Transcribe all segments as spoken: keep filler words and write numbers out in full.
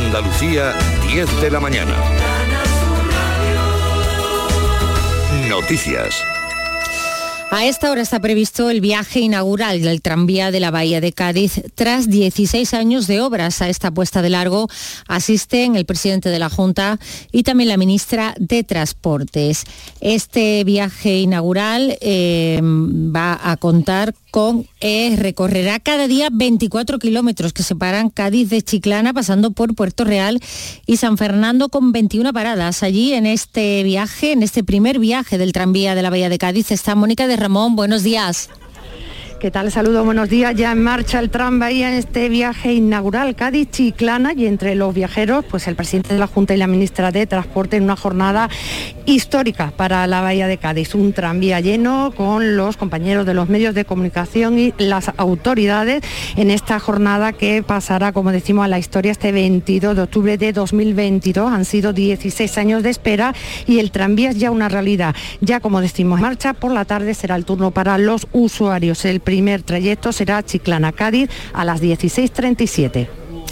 Andalucía, diez de la mañana. Noticias. A esta hora está previsto el viaje inaugural del tranvía de la Bahía de Cádiz. Tras dieciséis años de obras, a esta puesta de largo asisten el presidente de la Junta y también la ministra de Transportes. Este viaje inaugural eh, va a contar con, eh, recorrerá cada día veinticuatro kilómetros que separan Cádiz de Chiclana, pasando por Puerto Real y San Fernando, con veintiuna paradas. Allí en este viaje, en este primer viaje del tranvía de la Bahía de Cádiz, está Mónica de Ramón. Buenos días. ¿Qué tal? Saludos, buenos días. Ya en marcha el tranvía en este viaje inaugural Cádiz-Chiclana, y entre los viajeros, pues el presidente de la Junta y la ministra de Transporte, en una jornada histórica para la Bahía de Cádiz. Un tranvía lleno con los compañeros de los medios de comunicación y las autoridades en esta jornada que pasará, como decimos, a la historia este veintidós de octubre de dos mil veintidós. Han sido dieciséis años de espera y el tranvía es ya una realidad. Ya, como decimos, en marcha. Por la tarde será el turno para los usuarios. El primer trayecto será Chiclana-Cádiz a las dieciséis treinta y siete.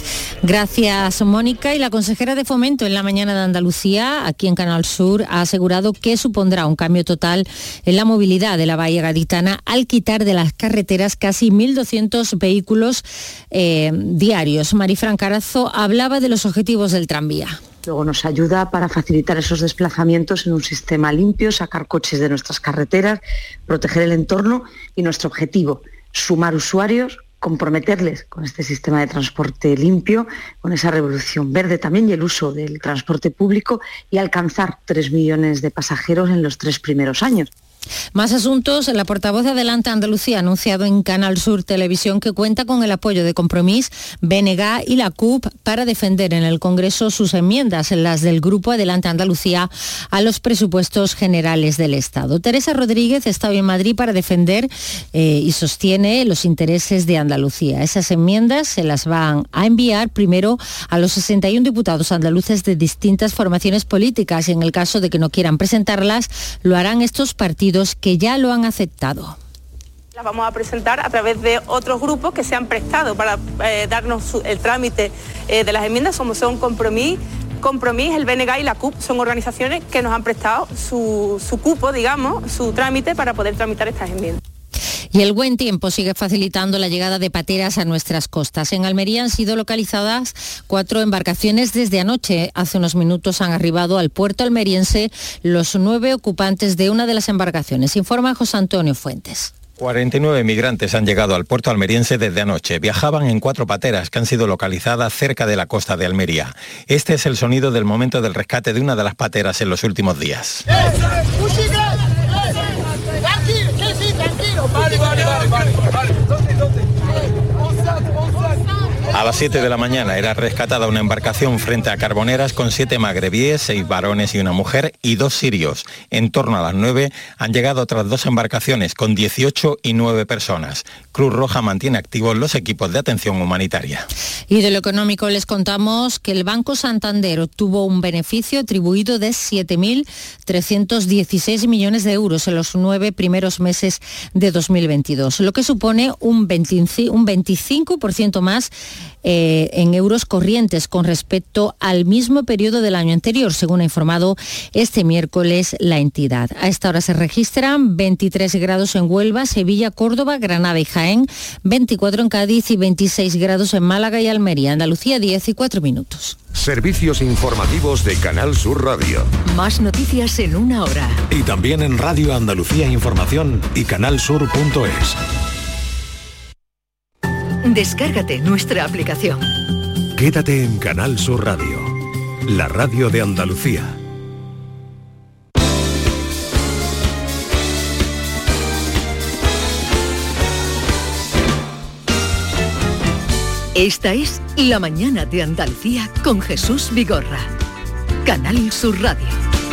Gracias, Mónica. Y la consejera de Fomento en la mañana de Andalucía, aquí en Canal Sur, ha asegurado que supondrá un cambio total en la movilidad de la Bahía Gaditana al quitar de las carreteras casi mil doscientos vehículos eh, diarios. Marifran Carazo hablaba de los objetivos del tranvía. Luego nos ayuda para facilitar esos desplazamientos en un sistema limpio, sacar coches de nuestras carreteras, proteger el entorno y nuestro objetivo, sumar usuarios, comprometerles con este sistema de transporte limpio, con esa revolución verde también y el uso del transporte público, y alcanzar tres millones de pasajeros en los tres primeros años. Más asuntos. La portavoz de Adelante Andalucía ha anunciado en Canal Sur Televisión que cuenta con el apoyo de Compromís, B N G y la C U P para defender en el Congreso sus enmiendas, las del Grupo Adelante Andalucía, a los presupuestos generales del Estado. Teresa Rodríguez está hoy en Madrid para defender eh, y sostiene los intereses de Andalucía. Esas enmiendas se las van a enviar primero a los sesenta y uno diputados andaluces de distintas formaciones políticas, y en el caso de que no quieran presentarlas, lo harán estos partidos que ya lo han aceptado. Las vamos a presentar a través de otros grupos que se han prestado para eh, darnos su, el trámite eh, de las enmiendas, como son Compromís, Compromís, el B N G y la C U P. Son organizaciones que nos han prestado su, su cupo, digamos, su trámite para poder tramitar estas enmiendas. Y el buen tiempo sigue facilitando la llegada de pateras a nuestras costas. En Almería han sido localizadas cuatro embarcaciones desde anoche. Hace unos minutos han arribado al puerto almeriense los nueve ocupantes de una de las embarcaciones. Informa José Antonio Fuentes. cuarenta y nueve migrantes han llegado al puerto almeriense desde anoche. Viajaban en cuatro pateras que han sido localizadas cerca de la costa de Almería. Este es el sonido del momento del rescate de una de las pateras en los últimos días. Vale, vale, vale, vale, vale. ¿Dónde, dónde? A las siete de la mañana era rescatada una embarcación frente a Carboneras con siete magrebíes, seis varones y una mujer y dos sirios. En torno a las nueve han llegado otras dos embarcaciones con dieciocho y nueve personas. Cruz Roja mantiene activos los equipos de atención humanitaria. Y de lo económico les contamos que el Banco Santander obtuvo un beneficio atribuido de siete mil trescientos dieciséis millones de euros en los nueve primeros meses de dos mil veintidós, lo que supone un veinticinco por ciento más Eh, en euros corrientes con respecto al mismo periodo del año anterior, según ha informado este miércoles la entidad. A esta hora se registran veintitrés grados en Huelva, Sevilla, Córdoba, Granada y Jaén, veinticuatro en Cádiz y veintiséis grados en Málaga y Almería. Andalucía, diez y cuatro minutos. Servicios informativos de Canal Sur Radio. Más noticias en una hora. Y también en Radio Andalucía Información y canalsur punto es. Descárgate nuestra aplicación. Quédate en Canal Sur Radio, la radio de Andalucía. Esta es La Mañana de Andalucía con Jesús Vigorra. Canal Sur Radio.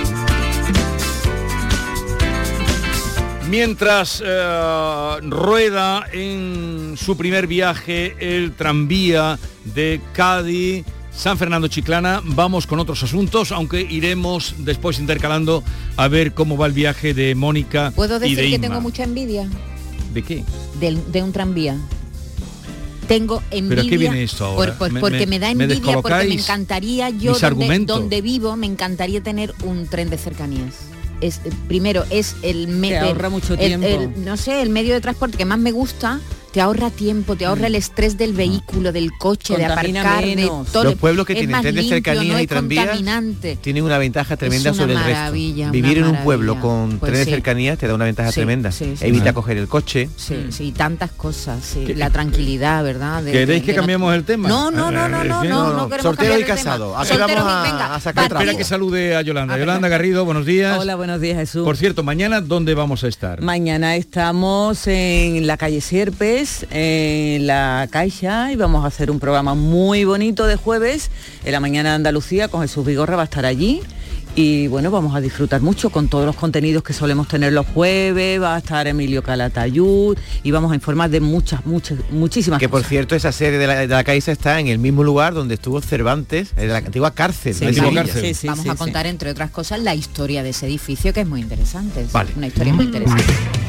Mientras eh, rueda en su primer viaje el tranvía de Cádiz, San Fernando Chiclana, vamos con otros asuntos, aunque iremos después intercalando a ver cómo va el viaje de Mónica. ¿Puedo decir y de que Inma. Tengo mucha envidia? ¿De qué? De, de un tranvía. Tengo envidia. ¿Pero qué viene esto ahora? Por, por, me, porque me, me da envidia, me porque me encantaría, yo donde, donde vivo, me encantaría tener un tren de cercanías. Es, primero, es el medio... Te ahorra mucho tiempo. El, el, no sé, el medio de transporte que más me gusta. Te ahorra tiempo, te ahorra el estrés del vehículo, del coche, Contamina de aparcar, menos. de todo. Los pueblos que es tienen tren de cercanías no y tranvías tienen una ventaja tremenda una sobre el resto. Vivir en un pueblo con pues tren sí. de cercanías te da una ventaja sí, tremenda. Sí, sí, Evita sí. coger el coche. Sí, sí, tantas cosas, sí. La tranquilidad, ¿verdad? De, ¿Queréis de, que de cambiemos no... el tema? No, no, no, no, no, no, no queremos Soltero y cambiar el casado. tema. Aquí vamos a, venga, a sacar trapo. Espera que salude a Yolanda. Yolanda Garrido, buenos días. Hola, buenos días, Jesús. Por cierto, mañana, ¿dónde vamos a estar? Mañana estamos en la calle Sierpes, en la Caixa, y vamos a hacer un programa muy bonito de jueves en la mañana de Andalucía. Con Jesús Vigorra va a estar allí y bueno, vamos a disfrutar mucho con todos los contenidos que solemos tener los jueves. Va a estar Emilio Calatayud y vamos a informar de muchas, muchas, muchísimas que cosas. Por cierto, esa sede de la, de la Caixa está en el mismo lugar donde estuvo Cervantes, en la antigua cárcel. Sí, de sí, Sevilla. sí, sí, vamos sí, a contar, sí. entre otras cosas, la historia de ese edificio, que es muy interesante. Es vale. una historia muy interesante.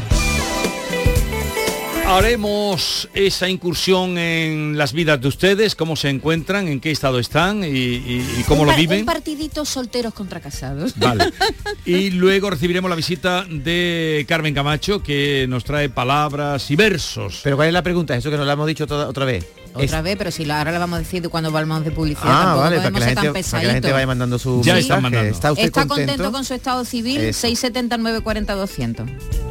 Haremos esa incursión en las vidas de ustedes, cómo se encuentran, en qué estado están y, y, y cómo un, lo viven. Un partidito solteros contra casados. Vale. Y luego recibiremos la visita de Carmen Camacho, que nos trae palabras y versos. Pero ¿cuál es la pregunta? Eso que nos lo hemos dicho toda, otra vez. Otra es... vez, pero si la, ahora la vamos a decir cuando vamos de publicidad. Ah, vale, para que, la gente, para que la gente vaya mandando su ya mensaje. Están mandando. ¿Está usted ¿Está contento? contento con su estado civil? Eso. seis setenta nueve cuarenta doscientos.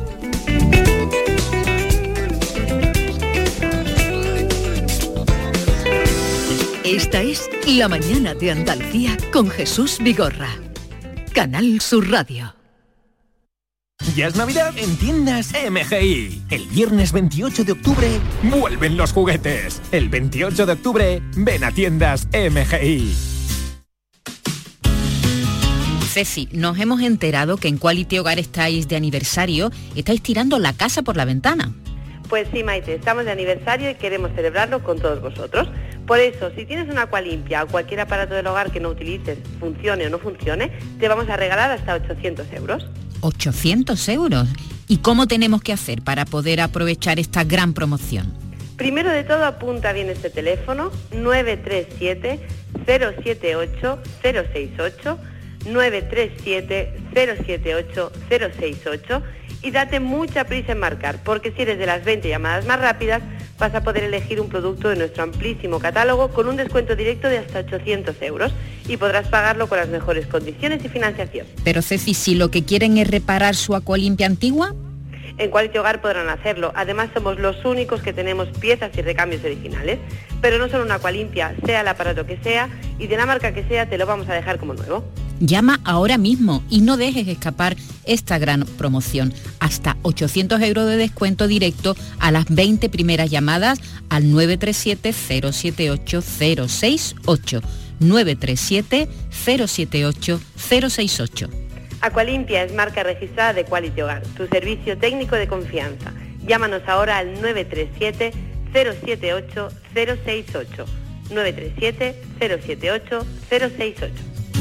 Esta es La Mañana de Andalucía con Jesús Vigorra. Canal Sur Radio. Ya es Navidad en tiendas M G I. El viernes veintiocho de octubre vuelven los juguetes. El veintiocho de octubre ven a tiendas M G I. Ceci, nos hemos enterado que en Quality Hogar estáis de aniversario, estáis tirando la casa por la ventana. Pues sí, Maite, estamos de aniversario y queremos celebrarlo con todos vosotros. Por eso, si tienes una Aqualimpia o cualquier aparato del hogar que no utilices, funcione o no funcione, te vamos a regalar hasta ochocientos euros. ¿ochocientos euros? ¿Y cómo tenemos que hacer para poder aprovechar esta gran promoción? Primero de todo, apunta bien este teléfono, nueve tres siete, cero siete ocho, cero seis ocho, nueve tres siete, cero siete ocho, cero seis ocho, y date mucha prisa en marcar, porque si eres de las veinte llamadas más rápidas, vas a poder elegir un producto de nuestro amplísimo catálogo con un descuento directo de hasta ochocientos euros y podrás pagarlo con las mejores condiciones y financiación. Pero Ceci, si lo que quieren es reparar su Aqualimpia antigua... En Quality Hogar podrán hacerlo. Además, somos los únicos que tenemos piezas y recambios originales. Pero no solo una Aqualimpia, sea el aparato que sea y de la marca que sea, te lo vamos a dejar como nuevo. Llama ahora mismo y no dejes escapar esta gran promoción. Hasta ochocientos euros de descuento directo a las veinte primeras llamadas al nueve tres siete, cero siete ocho, cero seis ocho. nueve tres siete, cero siete ocho, cero seis ocho. Aqualimpia es marca registrada de Quality Hogar, tu servicio técnico de confianza. Llámanos ahora al nueve tres siete, cero siete ocho, cero seis ocho. nueve tres siete, cero siete ocho, cero seis ocho.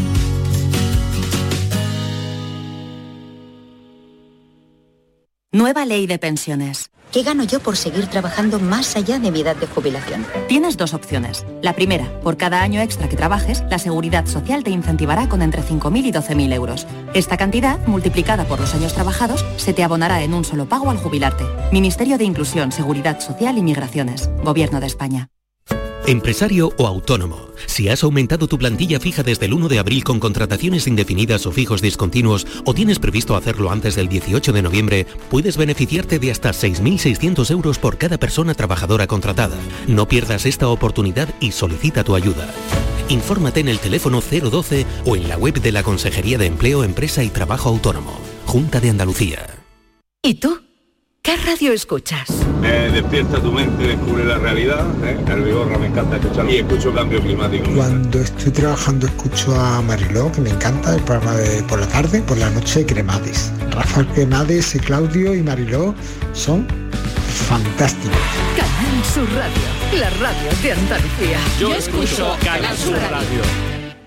Nueva ley de pensiones. ¿Qué gano yo por seguir trabajando más allá de mi edad de jubilación? Tienes dos opciones. La primera, por cada año extra que trabajes, la Seguridad Social te incentivará con entre cinco mil y doce mil euros. Esta cantidad, multiplicada por los años trabajados, se te abonará en un solo pago al jubilarte. Ministerio de Inclusión, Seguridad Social y Migraciones. Gobierno de España. Empresario o autónomo, si has aumentado tu plantilla fija desde el uno de abril con contrataciones indefinidas o fijos discontinuos o tienes previsto hacerlo antes del dieciocho de noviembre, puedes beneficiarte de hasta seis mil seiscientos euros por cada persona trabajadora contratada. No pierdas esta oportunidad y solicita tu ayuda. Infórmate en el teléfono cero doce o en la web de la Consejería de Empleo, Empresa y Trabajo Autónomo. Junta de Andalucía. ¿Y tú? ¿Qué radio escuchas? Me despierta tu mente, descubre la realidad, ¿eh? El Vigorra me encanta escucharlo y escucho Cambio Climático. Cuando estoy trabajando escucho a Mariló, que me encanta, el programa de por la tarde, por la noche Cremades. Rafael Cremades y Claudio y Mariló son fantásticos. Canal Sur Radio, la radio de Andalucía. Yo, Yo escucho Canal Sur Radio.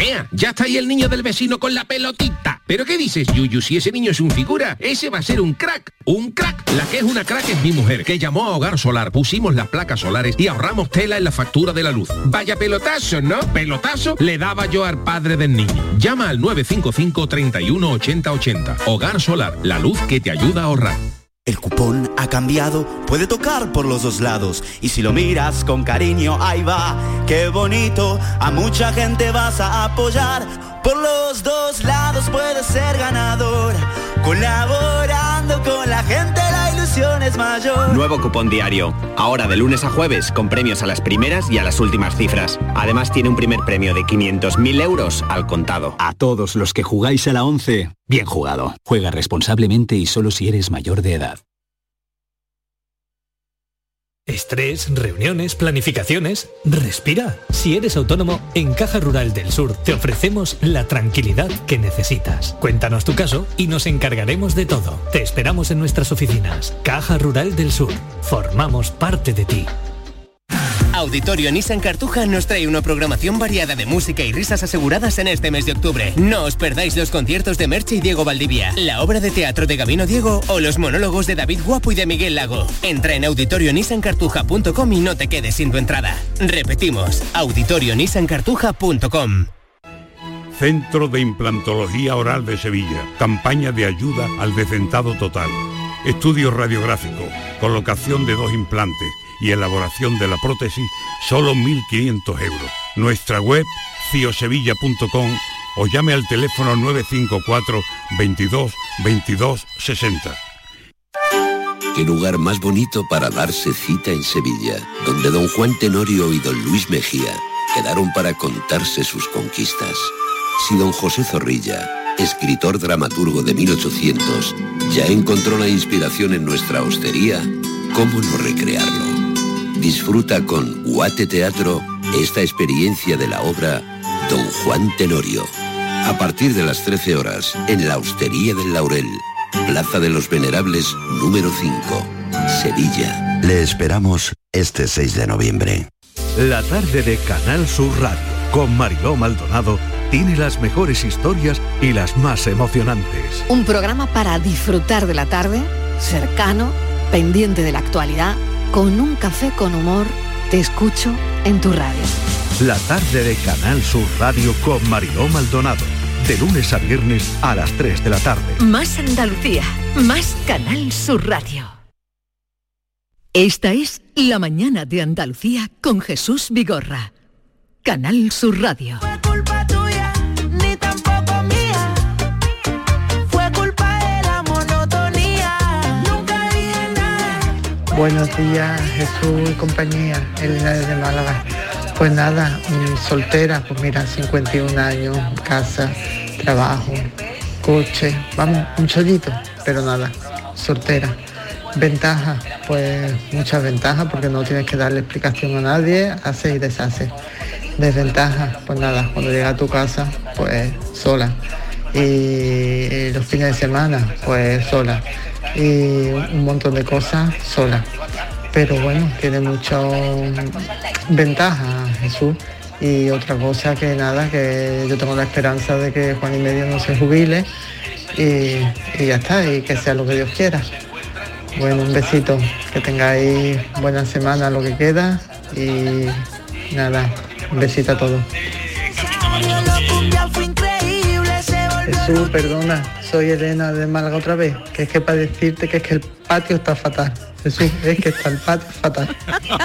Ea, ya está ahí el niño del vecino con la pelotita. ¿Pero qué dices, Yuyu? Si ese niño es un figura, ese va a ser un crack. Un crack. La que es una crack es mi mujer, que llamó a Hogar Solar, pusimos las placas solares y ahorramos tela en la factura de la luz. Vaya pelotazo, ¿no? Pelotazo le daba yo al padre del niño. Llama al nueve cinco cinco, treinta y uno, ochenta ochenta. Hogar Solar, la luz que te ayuda a ahorrar. El cupón ha cambiado, puede tocar por los dos lados. Y si lo miras con cariño, ahí va, qué bonito. A mucha gente vas a apoyar. Por los dos lados puedes ser ganador. Colaborando con la gente, la ilusión es mayor. Nuevo cupón diario. Ahora de lunes a jueves, con premios a las primeras y a las últimas cifras. Además tiene un primer premio de quinientos mil euros al contado. A todos los que jugáis a la once, bien jugado. Juega responsablemente y solo si eres mayor de edad. Estrés, reuniones, planificaciones. Respira. Si eres autónomo, en Caja Rural del Sur te ofrecemos la tranquilidad que necesitas. Cuéntanos tu caso y nos encargaremos de todo. Te esperamos en nuestras oficinas. Caja Rural del Sur. Formamos parte de ti. Auditorio Nissan Cartuja nos trae una programación variada de música y risas aseguradas en este mes de octubre. No os perdáis los conciertos de Merche y Diego Valdivia, la obra de teatro de Gabino Diego o los monólogos de David Guapo y de Miguel Lago. Entra en auditorio nissan cartuja punto com y no te quedes sin tu entrada. Repetimos, auditorio nissan cartuja punto com. Centro de Implantología Oral de Sevilla. Campaña de ayuda al decentado total. Estudio radiográfico, colocación de dos implantes y elaboración de la prótesis, solo mil quinientos euros. Nuestra web, ciosevilla punto com o llame al teléfono nueve cinco cuatro, veintidós, veintidós, sesenta. Qué lugar más bonito para darse cita en Sevilla, donde don Juan Tenorio y don Luis Mejía quedaron para contarse sus conquistas. Si don José Zorrilla, escritor dramaturgo de mil ochocientos, ya encontró la inspiración en nuestra hostería, ¿cómo no recrearlo? Disfruta con Guate Teatro esta experiencia de la obra Don Juan Tenorio. A partir de las trece horas, en la Hostería del Laurel, Plaza de los Venerables número cinco, Sevilla. Le esperamos este seis de noviembre. La tarde de Canal Sur Radio, con Mariló Maldonado, tiene las mejores historias y las más emocionantes. Un programa para disfrutar de la tarde, cercano, pendiente de la actualidad, con un café con humor. Te escucho en tu radio. La tarde de Canal Sur Radio con Mariló Maldonado, de lunes a viernes a las tres de la tarde. Más Andalucía, más Canal Sur Radio. Esta es La Mañana de Andalucía con Jesús Vigorra. Canal Sur Radio. Buenos días, Jesús y compañía, Elena de Málaga. Pues nada, soltera, pues mira, cincuenta y un años, casa, trabajo, coche, vamos, un chollito, pero nada, soltera. Ventajas, pues muchas ventajas, porque no tienes que darle explicación a nadie, hace y deshace. Desventajas, pues nada, cuando llegas a tu casa, pues sola. Y los fines de semana, pues sola. Y un montón de cosas sola. Pero bueno, tiene muchas ventajas, Jesús. Y otra cosa que nada, que yo tengo la esperanza de que Juan y Medio no se jubile y, y ya está, y que sea lo que Dios quiera. Bueno, un besito, que tengáis buena semana lo que queda y nada, un besito a todos. Jesús, perdona, soy Elena de Málaga otra vez, que es que para decirte que es que el patio está fatal. Jesús, es que está el patio fatal.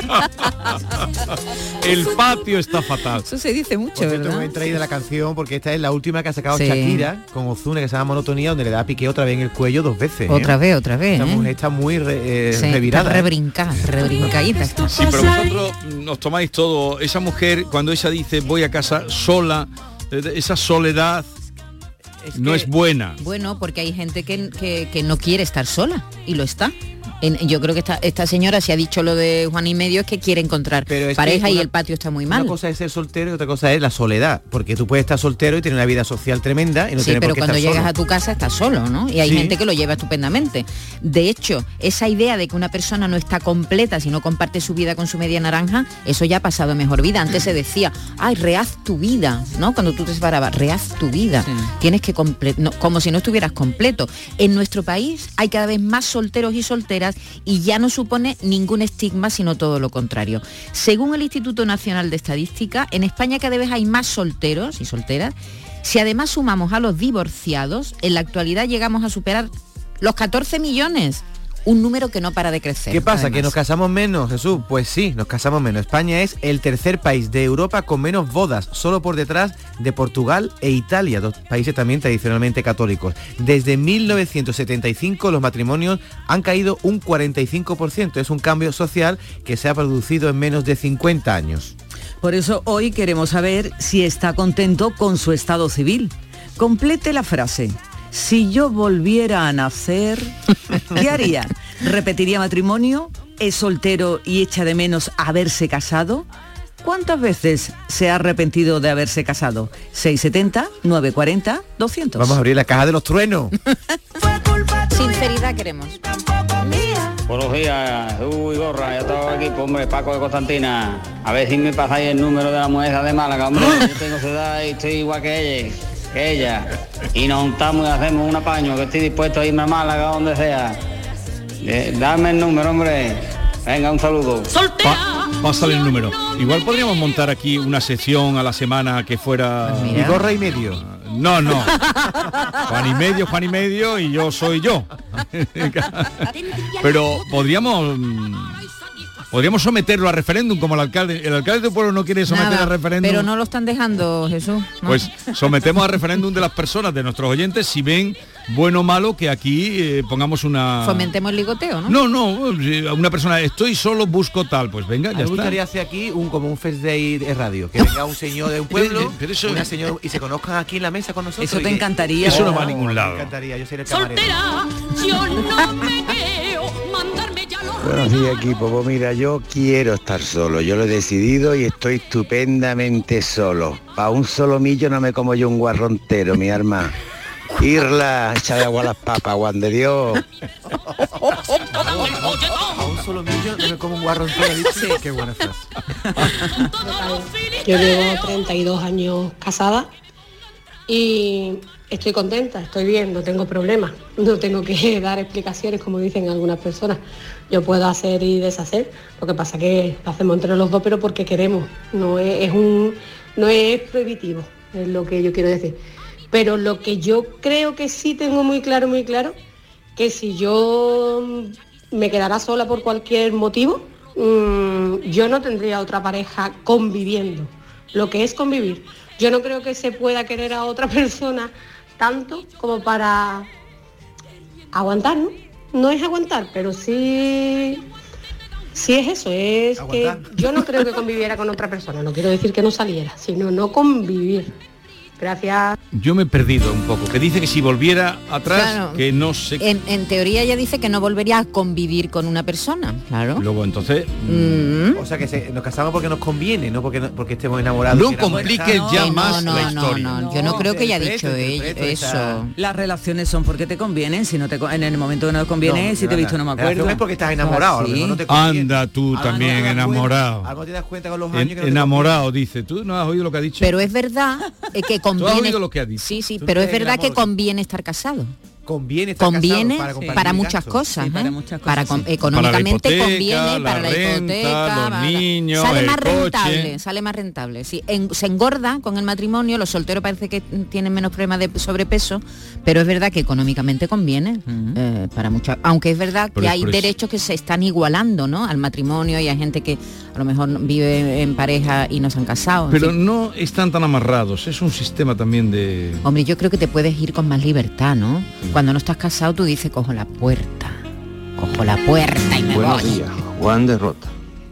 El patio está fatal. Eso se dice mucho, ¿verdad? Por cierto, me he traído la canción porque esta es la última que ha sacado Sí. Shakira con Ozuna, que se llama Monotonía, donde le da pique otra vez en el cuello dos veces. Otra ¿eh? vez, otra vez. Esta ¿eh? mujer está muy re, eh, Sí, revirada. está rebrincada, rebrincadita está. Sí, pero vosotros nos tomáis todo. Esa mujer, cuando ella dice voy a casa sola, eh, esa soledad Es no que- es buena. Bueno, porque hay gente que, que, que no quiere estar sola y lo está. En, yo creo que esta, esta señora, si ha dicho lo de Juan y medio, es que quiere encontrar pareja una, y el patio está muy mal. Una cosa es ser soltero y otra cosa es la soledad, porque tú puedes estar soltero y tener una vida social tremenda y no sí, tener pero por qué cuando estar llegas solo. a tu casa estás solo, ¿no? Y hay Sí. gente que lo lleva estupendamente. De hecho, esa idea de que una persona no está completa si no comparte su vida con su media naranja, eso ya ha pasado a mejor vida. Antes se decía, ay, rehaz tu vida, ¿no? Cuando tú te separabas, rehaz tu vida. Sí. Tienes que comple- no, como si no estuvieras completo. En nuestro país hay cada vez más solteros y solteras y ya no supone ningún estigma, sino todo lo contrario. Según el Instituto Nacional de Estadística, en España cada vez hay más solteros y solteras. Si además sumamos a los divorciados, en la actualidad llegamos a superar los catorce millones. Un número que no para de crecer. ¿Qué pasa? Además. ¿Que nos casamos menos, Jesús? Pues sí, nos casamos menos. España es el tercer país de Europa con menos bodas, solo por detrás de Portugal e Italia, dos países también tradicionalmente católicos. Desde mil novecientos setenta y cinco los matrimonios han caído un cuarenta y cinco por ciento. Es un cambio social que se ha producido en menos de cincuenta años. Por eso hoy queremos saber si está contento con su estado civil. Complete la frase. Si yo volviera a nacer, ¿qué haría? ¿Repetiría matrimonio? ¿Es soltero y echa de menos haberse casado? ¿Cuántas veces se ha arrepentido de haberse casado? seis setenta, nueve cuarenta, doscientos. Vamos a abrir la caja de los truenos. Sinceridad queremos. Buenos días, uy, gorra, ya estaba aquí, pues, hombre, Paco de Constantina. A ver si me pasáis el número de la moneda de Málaga, hombre. Yo tengo esa edad y estoy igual que ella. Que ella. Y nos juntamos y hacemos un apaño, que estoy dispuesto a irme a Málaga, donde sea. Eh, dame el número, hombre. Venga, un saludo. Pa pásale el número. Igual podríamos montar aquí una sesión a la semana que fuera... Y gorra y medio. No, no. Juan y medio, Juan y medio y yo soy yo. Pero podríamos... Podríamos someterlo a referéndum como el alcalde. El alcalde del pueblo no quiere someter Nada, a referéndum. pero no lo están dejando, Jesús. ¿no? Pues sometemos a referéndum de las personas, de nuestros oyentes, si ven bueno o malo que aquí eh, pongamos una... Fomentemos el ligoteo, ¿no? No, no, una persona, estoy solo, busco tal, pues venga, ya Me está. gustaría hacer aquí un como un Fest Day de radio, que venga un señor de un pueblo, pero eso, una señora, y se conozcan aquí en la mesa con nosotros. Eso te que, encantaría. Eso no va a ningún lado. Me encantaría, yo sería el camarero. Soltera, yo no me veo, mandarme ya los... Buenos días, equipo. Pues mira, yo quiero estar solo, yo lo he decidido y estoy estupendamente solo. Pa' un solomillo no me como yo un guarrontero, mi arma. Irla, echa de agua a las papas, Juan de Dios. A un solomillo no me como un guarrontero, dice. Qué buena frase. Yo llevo treinta y dos años casada y estoy contenta, estoy bien, no tengo problemas, no tengo que dar explicaciones como dicen algunas personas. Yo puedo hacer y deshacer, lo que pasa que lo hacemos entre los dos, pero porque queremos, no es, es un, no es prohibitivo, es lo que yo quiero decir. Pero lo que yo creo que sí tengo muy claro, muy claro, que si yo me quedara sola por cualquier motivo, mmm, yo no tendría otra pareja conviviendo, lo que es convivir. Yo no creo que se pueda querer a otra persona tanto como para aguantar, ¿no? No es aguantar, pero sí, sí es eso, es ¿Aguantar? Que yo no creo que conviviera con otra persona, no quiero decir que no saliera, sino no convivir. Gracias. Yo me he perdido un poco, que dice que si volviera atrás, Claro. que no sé... En, en teoría ella dice que no volvería a convivir con una persona, claro. Luego entonces... Mm. O sea que se, nos casamos porque nos conviene, no porque, no, porque estemos enamorados. No que era compliques buena. ya no, más no, la no, historia. No, no, yo no creo que haya dicho ella, interpreto eso. esa- Las relaciones son porque te convienen, si no te co- en el momento que no te conviene, No, si te he de visto no me verdad. La acuerdo. relación es porque estás enamorado, a lo Sí. mejor no te conviene. Anda tú Algo también te das enamorado. cuenta- Algo te das cuenta con los años En- que no te enamorado, dice. ¿Tú no has oído lo que ha dicho? Pero es verdad eh, que ¿Tú has conviene... oído lo que ha dicho? Sí, sí, ¿Tú pero es crees en el verdad que amor? conviene estar casado. Conviene estar Conviene casado para, para, compartir muchas gastos. cosas, Sí, para ¿eh? muchas Para cosas, con- sí. económicamente Para la hipoteca, conviene, la para la renta, hipoteca, los para- niños, sale el más coche. rentable, sale más rentable. Sí, en- se engorda con el matrimonio, los solteros parece que tienen menos problemas de sobrepeso, pero es verdad que económicamente conviene eh, para muchas, aunque es verdad Pero que es hay por eso. derechos que se están igualando, ¿no? Al matrimonio, y hay gente que a lo mejor vive en pareja y no se han casado. en Pero fin. no están tan amarrados, es un sistema también de... Hombre, yo creo que te puedes ir con más libertad, ¿no? Cuando no estás casado tú dices, cojo la puerta, cojo la puerta y me Buenos voy. días, Juan de Rota.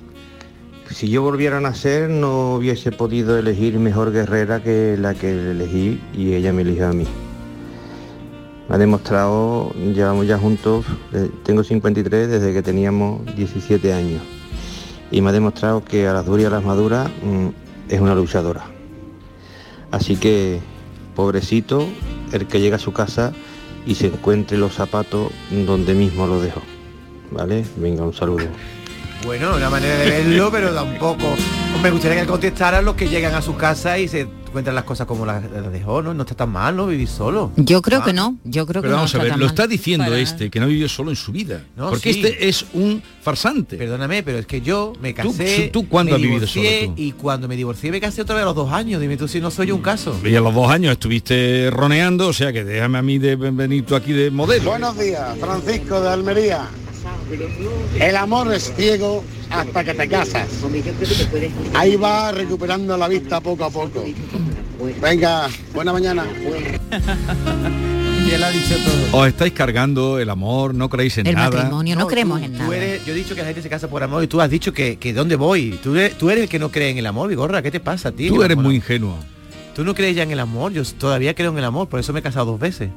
Si yo volviera a nacer no hubiese podido elegir mejor guerrera que la que elegí y ella me eligió a mí. Me ha demostrado, llevamos ya juntos, eh, tengo cincuenta y tres desde que teníamos diecisiete años. Y me ha demostrado que a las duras y a las maduras mmm, es una luchadora. Así que, pobrecito, el que llega a su casa y se encuentre los zapatos donde mismo los dejó. ¿Vale? Venga, un saludo. Bueno, una manera de verlo, pero tampoco... Me gustaría que contestaran los que llegan a su casa y se encuentran las cosas como las, las dejó, ¿no? No está tan mal, ¿no? Vivir solo. Yo creo ah. que no, yo creo pero que vamos no a ver, está lo tan está mal. diciendo Para... este, que no vivió solo en su vida. No, porque sí. este es un farsante. Perdóname, pero es que yo me casé... ¿Tú, tú cuándo me has vivido solo divorcié, tú? Y cuando me divorcié me casé otra vez a los dos años. Dime tú si no soy un caso. Y a los dos años estuviste roneando, o sea que déjame a mí de venir tú aquí de modelo. Buenos días, Francisco de Almería. El amor es ciego hasta que te casas. Ahí va recuperando la vista poco a poco. Venga, buena mañana. Y él ha dicho todo. Os estáis cargando el amor, no creéis en El nada. matrimonio, no, No, creemos tú- en tú nada. eres- yo he dicho que la gente se casa por amor y tú has dicho que, que ¿dónde voy? Tú eres, tú eres el que no cree en el amor, Vigorra. ¿Qué te pasa a ti? Tú Que eres no- muy ingenuo. Tú no crees ya en el amor. Yo todavía creo en el amor, por eso me he casado dos veces.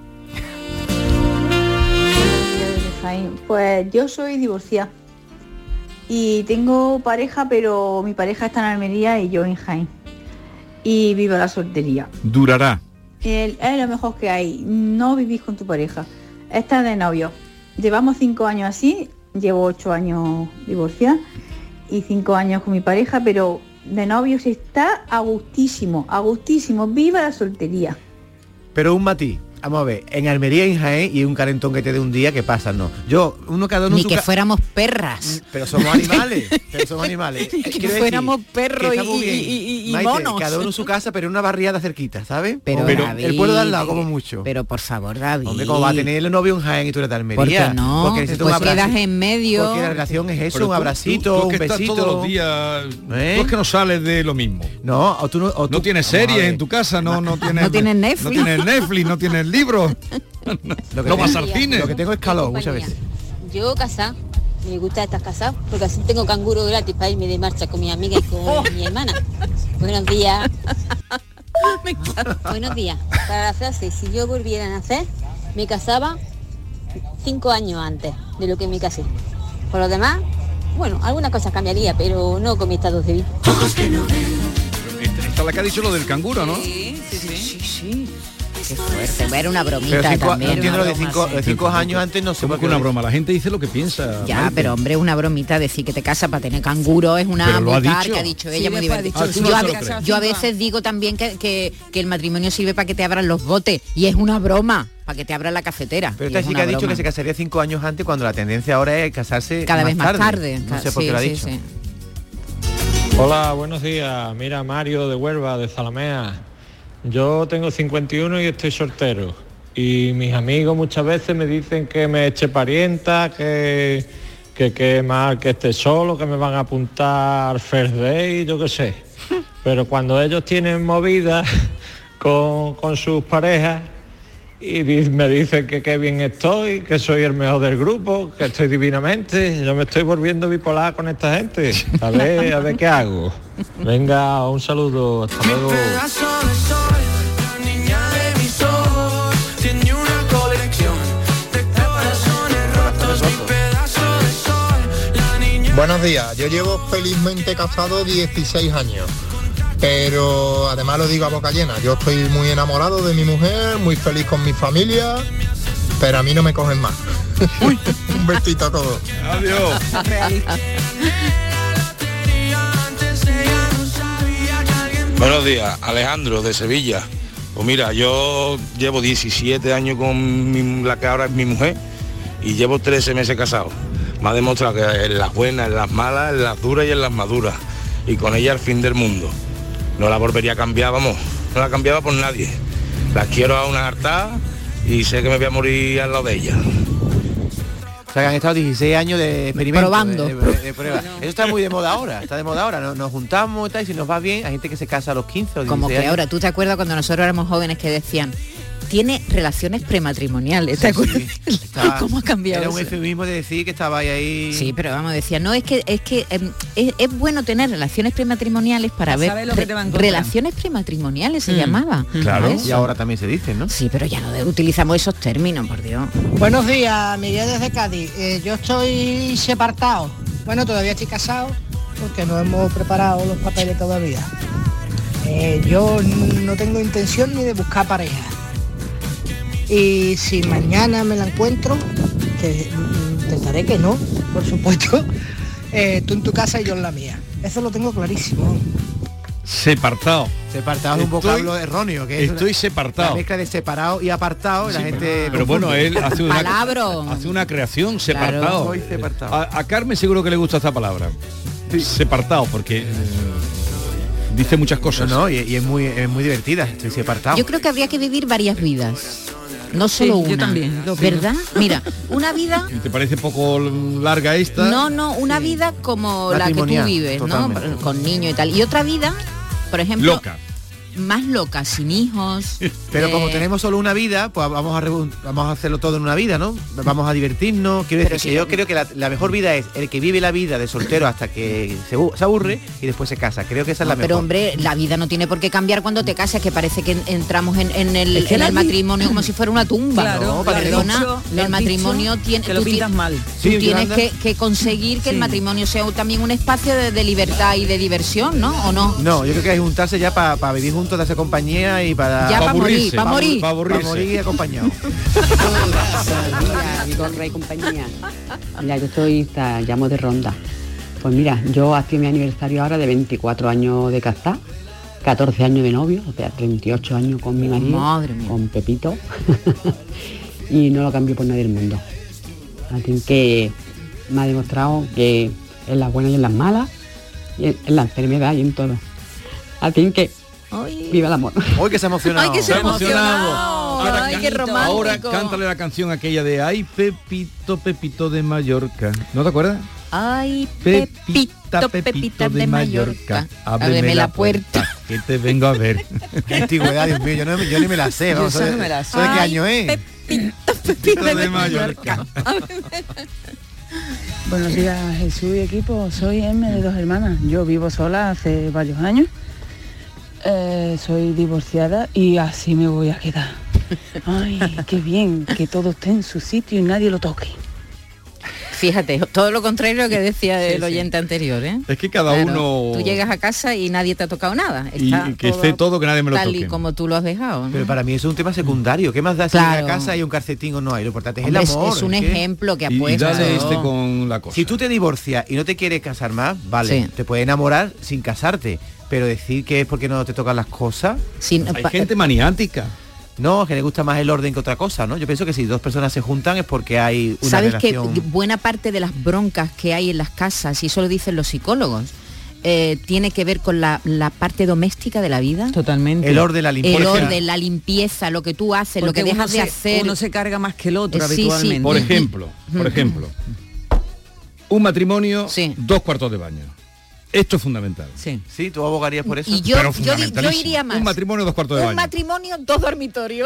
Pues yo soy divorciada y tengo pareja, pero mi pareja está en Almería y yo en Jaén. Y vivo la soltería. Durará. El- es lo mejor que hay. No vivís con tu pareja. Estás de novio. Llevamos cinco años así. Llevo ocho años divorciada y cinco años con mi pareja, pero de novio se está a gustísimo, a gustísimo. Viva la soltería. Pero un matiz. Vamos a ver, en Almería y en Jaén y un calentón que te dé un día, ¿qué pasa? No. Yo, uno cada uno Ni en su que ca- fuéramos perras. Pero somos animales, pero somos animales. Ni Eh, que quiero decir fuéramos perros que está y- muy bien. y- y- y Maite, monos. cada uno en su casa, pero en una barriada cerquita, ¿sabes? Pero, O David, el pueblo de al lado, como mucho. Pero por favor, David. Hombre, ¿cómo va a tener el novio en Jaén y tú eres de Almería? ¿Por qué no? Porque necesita Pues un abrazo. quedas en medio. Porque la relación es eso, Pero un tú- abracito, tú- tú un es que estás besito. todos los días. ¿Eh? Tú es que no sales de lo mismo. No, o tú no, o tú, No tienes vamos a series ver. en tu casa, no, no tienes. No tienes Netflix. No tienes Netflix, no tienes libros. Lo que No tengo- vas al cine. Lo que tengo es calor muchas veces. Yo casada, me gusta estar casado, porque así tengo canguro gratis para irme de marcha con mi amiga y con mi hermana. Buenos días. Buenos días. Para la frase, si yo volviera a nacer, me casaba cinco años antes de lo que me casé. Por lo demás, bueno, algunas cosas cambiaría, pero no con mi estado civil. Esta esta es la que ha dicho lo del canguro, ¿no? Sí, sí, sí. sí. Qué fuerte, era una bromita Pero cinco, también. no entiendo lo una de broma, cinco, sí. de cinco años antes, no sé ¿Cómo por que qué una lo broma? La gente dice lo que piensa. Ya, Maite. pero hombre, una bromita decir que te casas para tener canguro es una Pero lo ha vulgar dicho. que ha dicho Sí, ella muy después ha divertida. dicho, Ah, tú no yo, a, te lo ve- crees. yo a veces digo también que, que, que el matrimonio sirve para que te abran los botes y es una broma, para que te abran la cafetera. Pero y esta es chica una ha dicho broma. que se casaría cinco años antes cuando la tendencia ahora es casarse cada vez más tarde. No sé por Sí, qué lo ha sí, dicho. sí. Hola, buenos días. Mira, Mario de Huelva, de Zalamea. Yo tengo cincuenta y uno y estoy soltero. Y mis amigos muchas veces me dicen que me eche parienta, que que, que mal que esté solo, que me van a apuntar First Day, yo qué sé. Pero cuando ellos tienen movidas con, con sus parejas y di- me dicen que qué bien estoy, que soy el mejor del grupo, que estoy divinamente, yo me estoy volviendo bipolar con esta gente. A ver, a ver qué hago. Venga, un saludo, hasta luego. Buenos días, yo llevo felizmente casado dieciséis años, pero además lo digo a boca llena, yo estoy muy enamorado de mi mujer, muy feliz con mi familia, pero a mí no me cogen más. Un besito a todos. Adiós. Buenos días, Alejandro de Sevilla. Pues mira, yo llevo diecisiete años con mi- la que ahora es mi mujer y llevo trece meses casado. Me ha demostrado que en las buenas, en las malas, en las duras y en las maduras. Y con ella el fin del mundo. No la volvería a cambiar, vamos, no la cambiaba por nadie. La quiero a una hartada y sé que me voy a morir al lado de ella. O sea, que han estado dieciséis años de experimento. Probando. De, de- de prueba. Eso está muy de moda ahora, está de moda ahora. Nos, nos juntamos y tal, y si nos va bien, hay gente que se casa a los quince o dieciséis Como que años. ahora, ¿tú te acuerdas cuando nosotros éramos jóvenes que decían, tiene relaciones prematrimoniales, ¿te acuerdas? Estaba- ¿Cómo ha cambiado Era un eso? eufemismo de decir que estaba ahí. Sí, pero vamos, decía, no, es que es que eh, es, es bueno tener relaciones prematrimoniales para Para ver saber lo que re- te va a encontrar. relaciones prematrimoniales se Mm. llamaba. Claro. ¿Sabes? Y ahora también se dicen, ¿no? Sí, pero ya no de- utilizamos esos términos, por Dios. Buenos días, Miguel desde Cádiz. Eh, yo estoy separado. Bueno, todavía estoy casado porque no hemos preparado los papeles todavía. Eh, yo no tengo intención ni de buscar pareja. Y si mañana me la encuentro, que mm, intentaré que no, por supuesto, eh, tú en tu casa y yo en la mía. Eso lo tengo clarísimo. Separtado. Separtado es un Estoy- vocablo erróneo. Que es Estoy una- separtado. La mezcla de separado y apartado, y la Sí, gente. Pero bueno, confunde. él hace una, Palabro. hace una creación, Claro. separtado. Soy separtado. A, a Carmen seguro que le gusta esta palabra. Separtado, porque eh, dice muchas No, cosas. no, y, y es muy es muy divertida. Estoy separado. Yo creo que habría que vivir varias vidas. No solo Sí, yo una. también, lo opino. ¿Verdad? Mira, una vida. ¿Te parece poco larga esta? No, no, una vida como la que tú Matrimonial, vives, ¿no? totalmente. Con niño y tal. Y otra vida, por ejemplo, Loca. más loca, sin hijos. Pero como eh, tenemos solo una vida, pues vamos a rebu- vamos a hacerlo todo en una vida, ¿no? Vamos a divertirnos. Quiero Pero decir si que yo no- creo que la, la mejor vida es el que vive la vida de soltero hasta que se, bu- se aburre y después se casa. Creo que esa es la No, mejor. pero hombre, la vida no tiene por qué cambiar cuando te casas, que parece que en- entramos en, en el, Es que en la el vi- matrimonio como si fuera una tumba. Claro, no, lo has perdona, dicho, lo el has matrimonio dicho, tiene que lo tú ti- pintas mal. Tú Sí, tienes Yolanda. que, que conseguir que el Sí. matrimonio sea también un espacio de, de libertad y de diversión, ¿no? ¿O no? No, yo creo que hay que juntarse ya para vivir juntos, darse compañía y para... Ya Pa' pa' morir, aburrirse, pa' pa' morir. pa' aburrirse. Para morir acompañado. Mira, Vigorra y compañía. Mira, yo estoy, ta- llamo de Ronda. Pues mira, yo hacía mi aniversario ahora de veinticuatro años de casada, catorce años de novio, o sea, treinta y ocho años con mi marido, Madre mía. con Pepito, y no lo cambio por nadie del mundo. Así que me ha demostrado que en las buenas y en las malas, y en, en la enfermedad y en todo. Así que, Ay, viva el amor. Hoy que se ha emocionado. ay, que se Se ha ha emocionado. emocionado. Ahora Ay, can- qué romántico. Ahora cántale la canción aquella de Ay, Pepito, Pepito de Mallorca. ¿No te acuerdas? Ay, Pepita, Pepito, Pepita de Mallorca. Ábreme la puerta, que te vengo a ver. Qué antigüedad, Dios mío, yo, no, yo ni me la sé. Yo Vamos, esa ¿de- no me la sé. ¿de qué Ay, año es? Pepito, Pepito de Mallorca. Buenos días, Jesús y equipo. Soy M de Dos Hermanas. Yo vivo sola hace varios años. Eh, soy divorciada y así me voy a quedar. Ay, qué bien que todo esté en su sitio y nadie lo toque. Fíjate, todo lo contrario a lo que decía Sí, el sí. oyente anterior, ¿eh? Es que cada Claro, uno... Tú llegas a casa y nadie te ha tocado nada. Y Está que esté todo, que nadie me lo tal toque. y como tú lo has dejado, ¿no? Pero para mí eso es un tema secundario. ¿Qué más da si Claro. en la casa hay un calcetín o no hay? Lo importante es Hombre, el es- amor. es un ¿es que- ejemplo que ha Y, y puesto. dale este con la cosa. Si tú te divorcias y no te quieres casar más, vale, Sí. te puedes enamorar sin casarte. Pero decir que es porque no te tocan las cosas... Sin- Hay pa- gente maniática. No, que le gusta más el orden que otra cosa, ¿no? Yo pienso que si dos personas se juntan es porque hay una ¿Sabes relación... que buena parte de las broncas que hay en las casas, y eso lo dicen los psicólogos, eh, tiene que ver con la, la parte doméstica de la vida? Totalmente. El orden, la limpieza. El orden, la limpieza, lo que tú haces, lo Porque que dejas uno de se- hacer. Uno se carga más que el otro Eh, sí, sí. habitualmente. Por ejemplo, por ejemplo, un matrimonio, Sí. dos cuartos de baño. Esto es fundamental. Sí. Sí, tú abogarías por eso. Y yo, Pero yo, di- yo fundamentalísimo. iría más. Un matrimonio, dos cuartos de Un baño. matrimonio, dos dormitorios.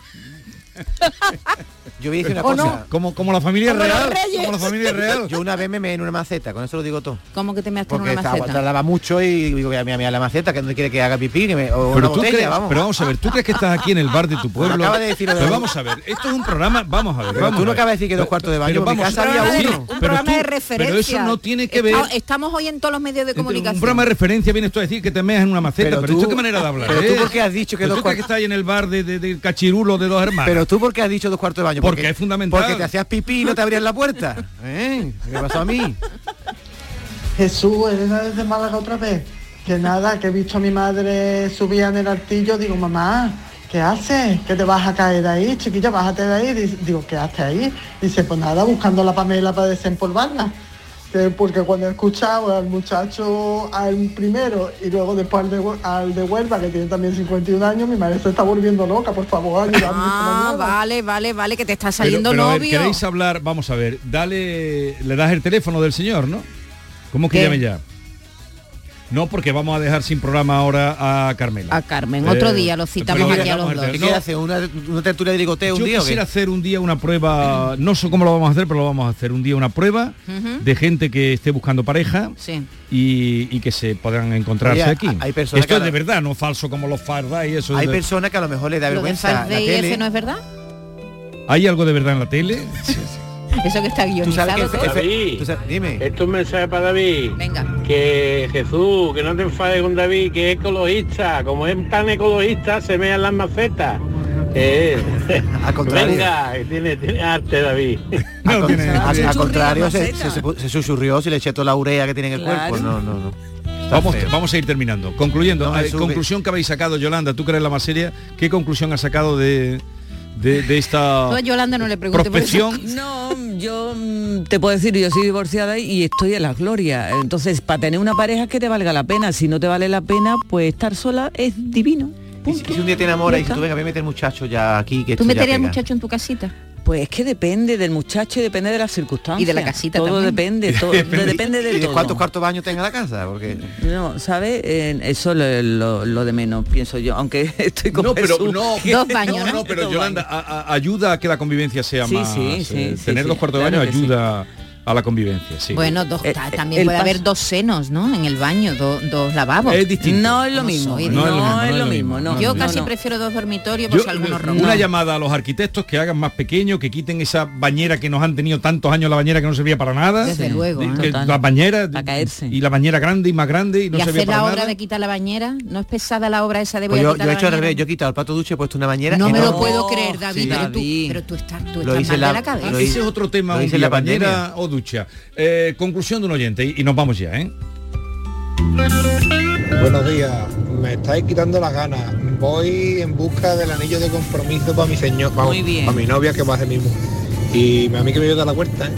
Yo voy a decir una ¿O cosa. no? Como, como la familia Como los real. reyes. Como la familia real. Yo una vez me meé en una maceta, con eso lo digo todo. ¿Cómo que te me has en Porque una estaba, maceta? tardaba mucho y digo, voy a mirar la maceta, que no quiere que haga pipí, que me, o una Pero tú botella, crees, vamos. pero vamos a ver, tú crees que estás aquí en el bar de tu pueblo. acaba de decir lo de- Pero vamos a ver, esto es un programa, vamos a ver. Pero vamos tú a no ver. acabas de decir que dos cuartos de baño, Pero en mi vamos, casa había sí, uno. Un pero programa tú- de referencia. Pero eso no tiene que ver. Está- Estamos hoy en todos los medios de comunicación. Un programa de referencia vienes tú a decir que te meas en una maceta, Pero pero, tú- esto qué manera de hablar. pero tú ¿eh? ¿por qué has dicho que Pero dos tú crees que cuartos- estás ahí en el bar de, de- del cachirulo de dos hermanos. Pero tú, ¿por qué has dicho dos cuartos de baño? Porque es fundamental. Porque te hacías pipí y no te abrían la puerta. ¿Eh? ¿Qué pasó a mí? Jesús, Elena desde Málaga otra vez. Que nada, que he visto a mi madre subía en el artillo, digo, mamá, ¿qué haces? ¿Que te vas a caer de ahí? Chiquilla, bájate de ahí. Dice- Digo, ¿qué haces ahí? Dice, pues nada, buscando la Pamela para desempolvarla. Que porque cuando he escuchado al muchacho, al primero y luego después al de, Hue- al de Huelva, que tiene también cincuenta y un años, mi madre se está volviendo loca, por favor, ayúdame. Ah, vale, vale, vale, que te está saliendo pero, pero, a ver, novio. ¿queréis hablar? Vamos a ver, dale, le das el teléfono del señor, ¿no? ¿Cómo que ¿Qué? llame ya? No, porque vamos a dejar sin programa ahora a Carmela. A Carmen, otro Eh, día lo citamos pero aquí a los vamos dos. hacer- ¿Qué no, quiere hacer? ¿Una, una tertulia de ligoteo un Yo día o quisiera qué? hacer un día una prueba, no sé cómo lo vamos a hacer, pero lo vamos a hacer un día una prueba Ujú. de gente que esté buscando pareja Sí. y, y que se podrán encontrarse Oye, aquí. hay personas Esto que es de ahora- verdad, no falso como los farda y eso. Hay de- personas que a lo mejor le da ¿Lo de vergüenza la Five Day tele. ese no es verdad? ¿Hay algo de verdad en la tele? Eso que está guionizado todo. David, dime. Esto es un mensaje para David. Venga. Que Jesús, que no te enfades con David, que es ecologista. Como es tan ecologista, se mean las macetas. Eh, Al contrario. Venga, que tiene, tiene arte, David. Al, con- tiene- al- tiene- al contrario, se, maceta. se, se, se susurrió si le eché toda la urea que tiene en el Claro. cuerpo. No, no, no. Está Vamos, feo. vamos a ir terminando. Concluyendo, No me eh, sube. conclusión que habéis sacado, Yolanda, tú que eres la más seria, ¿qué conclusión has sacado de, de, de esta Tú a Yolanda no le preguntes por eso. prospección? No, yo mm, te puedo decir, yo soy divorciada y estoy en la gloria. Entonces, para tener una pareja que te valga la pena. Si no te vale la pena, pues estar sola es divino. Y si, y si un día te enamoras Ya y si está. tú venga, voy a meter muchacho ya aquí, que ¿Tú esto ya meterías al pega. muchacho en tu casita? Pues es que depende del muchacho y depende de las circunstancias. Y de la casita Todo también. depende, todo depende de ¿Y de todo. cuántos cuartos baños tenga la casa? Porque No, ¿sabes? Eh, eso es lo, lo de menos, pienso yo. Aunque estoy con No, pero Jesús. no, Dos baños, no, ¿no? no, pero Dos Yolanda, a- a- ayuda a que la convivencia sea Sí, más. sí, eh, sí, sí, tener sí, dos cuartos de claro baño que sí. ayuda a la convivencia, sí. Bueno, dos, Eh, ta- eh, también el puede haber paso- dos senos, ¿no? En el baño, do- dos lavabos. Es distinto. No es lo No mismo. soy de- No, No es lo mismo, es no lo es lo mismo. mismo. No, Yo no, casi no. prefiero dos dormitorios por Yo, si algunos una roban. llamada a los arquitectos que hagan más pequeño, que quiten esa bañera que nos han tenido tantos años, la bañera que no servía para nada. Desde luego, De- ¿eh? que Total. la bañera Para caerse. y la bañera grande y más grande y no y servía hacer para la obra nada. de quitar la bañera, ¿no es pesada la obra esa de voy pues a yo, quitar yo he la hecho al bañera? revés, yo he quitado el plato duche, he puesto una bañera. No me enorme. lo puedo creer, David, sí, pero, David. Tú, pero tú estás, tú Lo estás hice mal la- de la cabeza. lo Ese hice- es otro tema, lo un hice en día, la pandemia. bañera o ducha. Eh, conclusión de un oyente y, y nos vamos ya, ¿eh? Buenos días, me estáis quitando las ganas. Voy en busca del anillo de compromiso para mi señor, vamos, Muy bien. para mi novia que va a ser mi mujer. Y a mí que me ayuda a la huerta, ¿eh?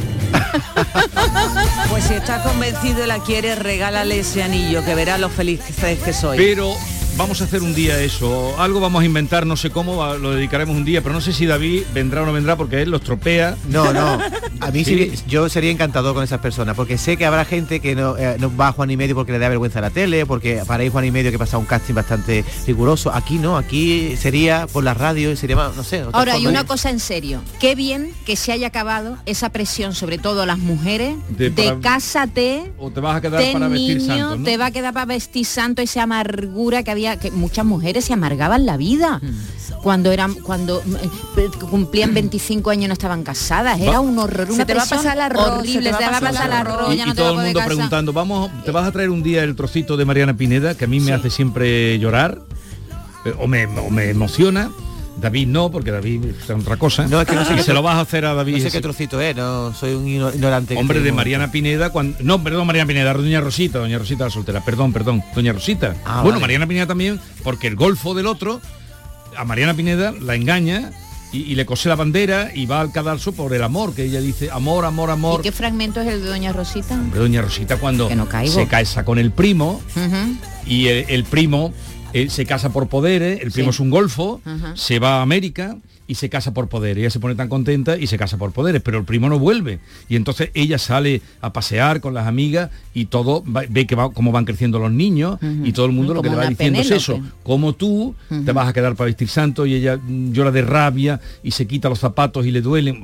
Pues si estás convencido y la quieres, regálale ese anillo, que verás lo felices que soy. Pero vamos a hacer un día eso. Algo vamos a inventar, no sé cómo, a- lo dedicaremos un día, pero no sé si David vendrá o no vendrá porque él los tropea. No, no. A mí Sí. sí, yo sería encantador con esas personas, porque sé que habrá gente que no, eh, no va a Juan y Medio porque le da vergüenza a la tele, porque para ir Juan y Medio que pasa un casting bastante riguroso. Aquí no, aquí sería por la radio y sería más, no sé. otra Ahora, y forma una de- cosa en serio, qué bien que se haya acabado esa presión, sobre todo a las mujeres, De de, para- cásate, O te vas a quedar ten para vestir niño, santos, ¿no? te va a quedar para vestir santo, esa amargura que había, que muchas mujeres se amargaban la vida. Cuando eran, cuando eh, cumplían veinticinco años y no estaban casadas, era Va- un horror, Se una te va a presión pasar el arroz, horrible, se te va a pasar el arroz, Y, ya y no te todo vas a el poder mundo casar. preguntando, vamos, ¿te vas a traer un día el trocito de Mariana Pineda, que a mí me hace siempre llorar? Eh, O me, o me emociona. David no, porque David es otra cosa. No, es que no sé Y qué se tro- lo vas a hacer a David. No sé ese- qué trocito es, no soy un igno- ignorante. que Hombre, estoy de en un Mariana Pineda, cuando... No, perdón, Mariana Pineda, doña Rosita, doña Rosita la soltera, perdón, perdón, doña Rosita. Ah, bueno, vale. Mariana Pineda también, porque el golfo del otro, a Mariana Pineda la engaña y, y le cose la bandera y va al cadalso por el amor, que ella dice, amor, amor, amor. ¿Y qué fragmento es el de Doña Rosita? Hombre, doña Rosita cuando Que no caigo. se casa con el primo Ujú. y el, el primo eh, se casa por poderes, el primo Sí. es un golfo, Ajá. se va a América y se casa por poderes. Ella se pone tan contenta y se casa por poderes, pero el primo no vuelve. Y entonces ella sale a pasear con las amigas y todo, va- ve que va, cómo van creciendo los niños Ujú. y todo el mundo lo que Como le va una diciendo es eso. Penélope. Como tú Ujú. te vas a quedar para vestir santo y ella mm, llora de rabia y se quita los zapatos y le duelen.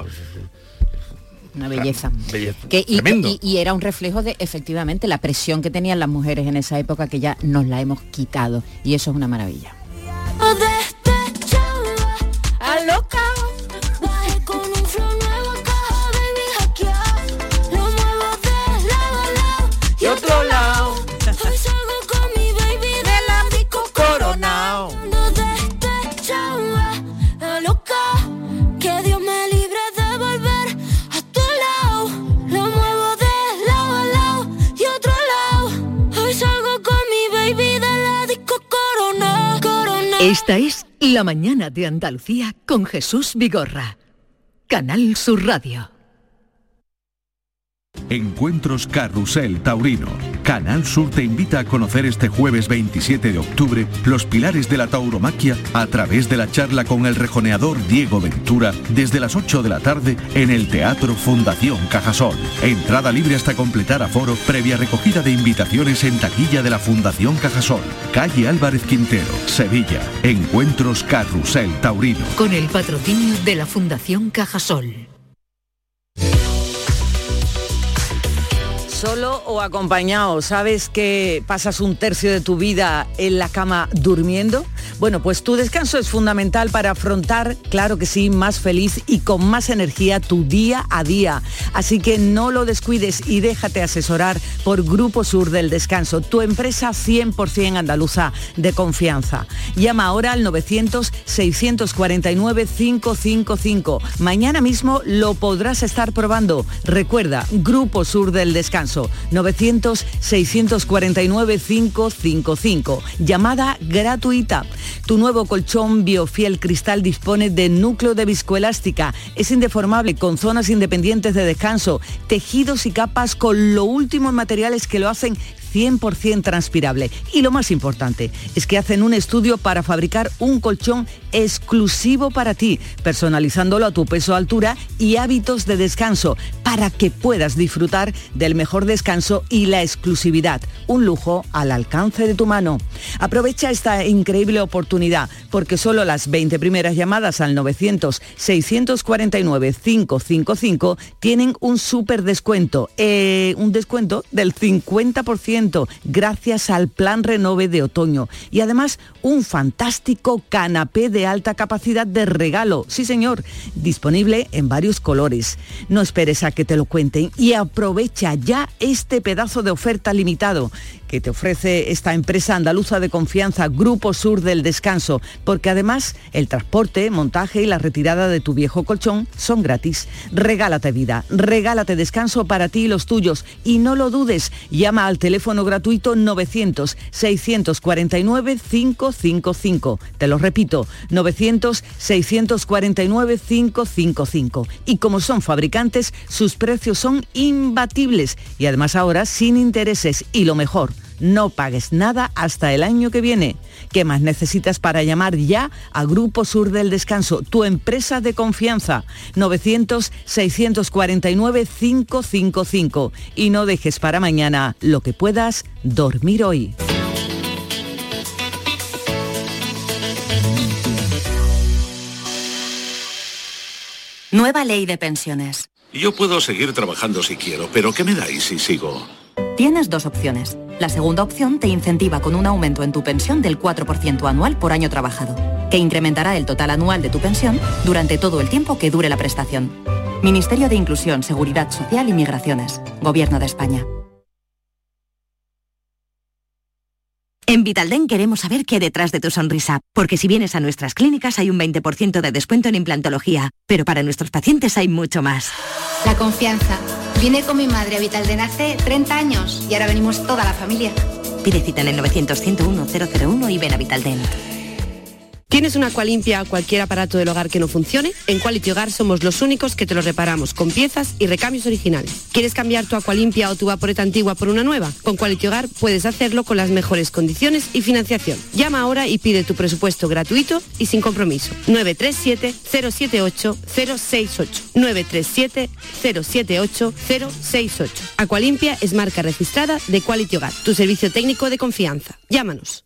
Una belleza. Belleza. Que, y, Tremendo. y- y era un reflejo de, efectivamente, la presión que tenían las mujeres en esa época, que ya nos la hemos quitado. Y eso es una maravilla. Alocao, bajé con un flow nuevo, caja baby hackeao. Lo muevo de lado a lado y otro lado. Hoy salgo con mi baby de la disco coronao. No despechao, alocao, que Dios me libre de volver a tu lado. Lo muevo de lado a lado y otro lado. Hoy salgo con mi baby de la disco coronao, coronao. Esta es La Mañana de Andalucía con Jesús Vigorra. Canal Sur Radio. Encuentros Carrusel Taurino. Canal Sur te invita a conocer este jueves veintisiete de octubre los pilares de la tauromaquia a través de la charla con el rejoneador Diego Ventura desde las ocho de la tarde en el Teatro Fundación Cajasol. Entrada libre hasta completar aforo, previa recogida de invitaciones en taquilla de la Fundación Cajasol. Calle Álvarez Quintero, Sevilla. Encuentros Carrusel Taurino. Con el patrocinio de la Fundación Cajasol. Solo o acompañado, ¿sabes que pasas un tercio de tu vida en la cama durmiendo? Bueno, pues tu descanso es fundamental para afrontar, claro que sí, más feliz y con más energía tu día a día. Así que no lo descuides y déjate asesorar por Grupo Sur del Descanso, tu empresa cien por ciento andaluza de confianza. Llama ahora al novecientos, seiscientos cuarenta y nueve, quinientos cincuenta y cinco. Mañana mismo lo podrás estar probando. Recuerda, Grupo Sur del Descanso. novecientos, seiscientos cuarenta y nueve, quinientos cincuenta y cinco. Llamada gratuita. Tu nuevo colchón Biofiel Cristal dispone de núcleo de viscoelástica. Es indeformable, con zonas independientes de descanso, tejidos y capas con lo último en materiales que lo hacen cien por ciento transpirable. Y lo más importante es que hacen un estudio para fabricar un colchón exclusivo para ti, personalizándolo a tu peso, altura y hábitos de descanso, para que puedas disfrutar del mejor descanso y la exclusividad. Un lujo al alcance de tu mano. Aprovecha esta increíble oportunidad, porque solo las veinte primeras llamadas al novecientos, seiscientos cuarenta y nueve, quinientos cincuenta y cinco tienen un súper descuento, eh, un descuento del cincuenta por ciento gracias al Plan Renove de otoño, y además un fantástico canapé de alta capacidad de regalo. Sí, señor, disponible en varios colores. No esperes a que te lo cuenten y aprovecha ya este pedazo de oferta limitado que te ofrece esta empresa andaluza de confianza, Grupo Sur del Descanso, porque además el transporte, montaje y la retirada de tu viejo colchón son gratis. Regálate vida, regálate descanso para ti y los tuyos, y no lo dudes, llama al teléfono gratuito novecientos, seiscientos cuarenta y nueve, quinientos cincuenta y cinco. Te lo repito, novecientos, seiscientos cuarenta y nueve, quinientos cincuenta y cinco. Y como son fabricantes, sus precios son imbatibles y además ahora sin intereses, y lo mejor, no pagues nada hasta el año que viene. ¿Qué más necesitas para llamar ya a Grupo Sur del Descanso, tu empresa de confianza? novecientos, seiscientos cuarenta y nueve, quinientos cincuenta y cinco. Y no dejes para mañana lo que puedas dormir hoy. Nueva ley de pensiones. Yo puedo seguir trabajando si quiero, pero ¿qué me dais si sigo? Tienes dos opciones. La segunda opción te incentiva con un aumento en tu pensión del cuatro por ciento anual por año trabajado, que incrementará el total anual de tu pensión durante todo el tiempo que dure la prestación. Ministerio de Inclusión, Seguridad Social y Migraciones. Gobierno de España. En Vitaldent queremos saber qué hay detrás de tu sonrisa, porque si vienes a nuestras clínicas hay un veinte por ciento de descuento en implantología, pero para nuestros pacientes hay mucho más. La confianza. Vine con mi madre a Vitaldent hace treinta años y ahora venimos toda la familia. Pide cita en el novecientos, ciento uno, cero cero uno y ven a Vitaldent. ¿Tienes una Aqualimpia o cualquier aparato del hogar que no funcione? En Quality Hogar somos los únicos que te lo reparamos con piezas y recambios originales. ¿Quieres cambiar tu Aqualimpia o tu vaporeta antigua por una nueva? Con Quality Hogar puedes hacerlo con las mejores condiciones y financiación. Llama ahora y pide tu presupuesto gratuito y sin compromiso. nueve tres siete, cero siete ocho, cero seis ocho. nueve tres siete, cero siete ocho, cero seis ocho. Aqualimpia es marca registrada de Quality Hogar, tu servicio técnico de confianza. Llámanos.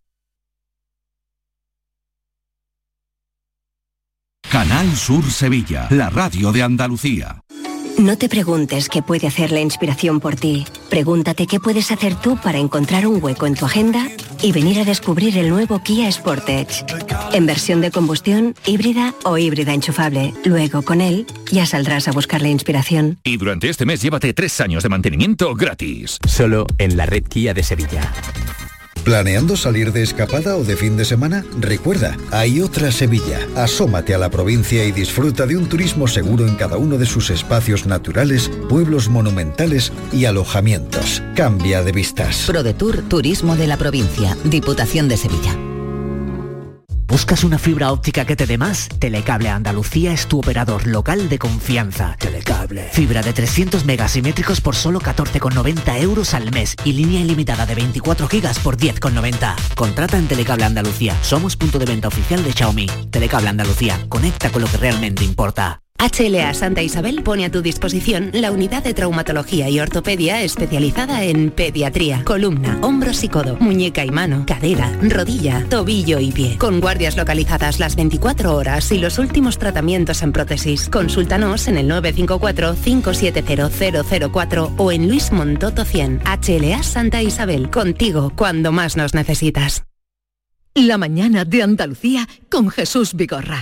Canal Sur Sevilla, la radio de Andalucía. No te preguntes qué puede hacer la inspiración por ti. Pregúntate qué puedes hacer tú para encontrar un hueco en tu agenda y venir a descubrir el nuevo Kia Sportage. En versión de combustión, híbrida o híbrida enchufable. Luego, con él, ya saldrás a buscar la inspiración. Y durante este mes llévate tres años de mantenimiento gratis. Solo en la red Kia de Sevilla. ¿Planeando salir de escapada o de fin de semana? Recuerda, hay otra Sevilla. Asómate a la provincia y disfruta de un turismo seguro en cada uno de sus espacios naturales, pueblos monumentales y alojamientos. Cambia de vistas. ProDetour Turismo de la Provincia, Diputación de Sevilla. ¿Buscas una fibra óptica que te dé más? Telecable Andalucía es tu operador local de confianza. Telecable. Fibra de trescientos megasimétricos por solo catorce con noventa euros al mes y línea ilimitada de veinticuatro gigas por diez con noventa. Contrata en Telecable Andalucía. Somos punto de venta oficial de Xiaomi. Telecable Andalucía. Conecta con lo que realmente importa. H L A Santa Isabel pone a tu disposición la unidad de traumatología y ortopedia especializada en pediatría, columna, hombros y codo, muñeca y mano, cadera, rodilla, tobillo y pie. Con guardias localizadas las veinticuatro horas y los últimos tratamientos en prótesis. Consúltanos en el nueve cinco cuatro, cinco siete cero, cero cero cuatro o en Luis Montoto cien. H L A Santa Isabel, contigo cuando más nos necesitas. La mañana de Andalucía con Jesús Vigorra.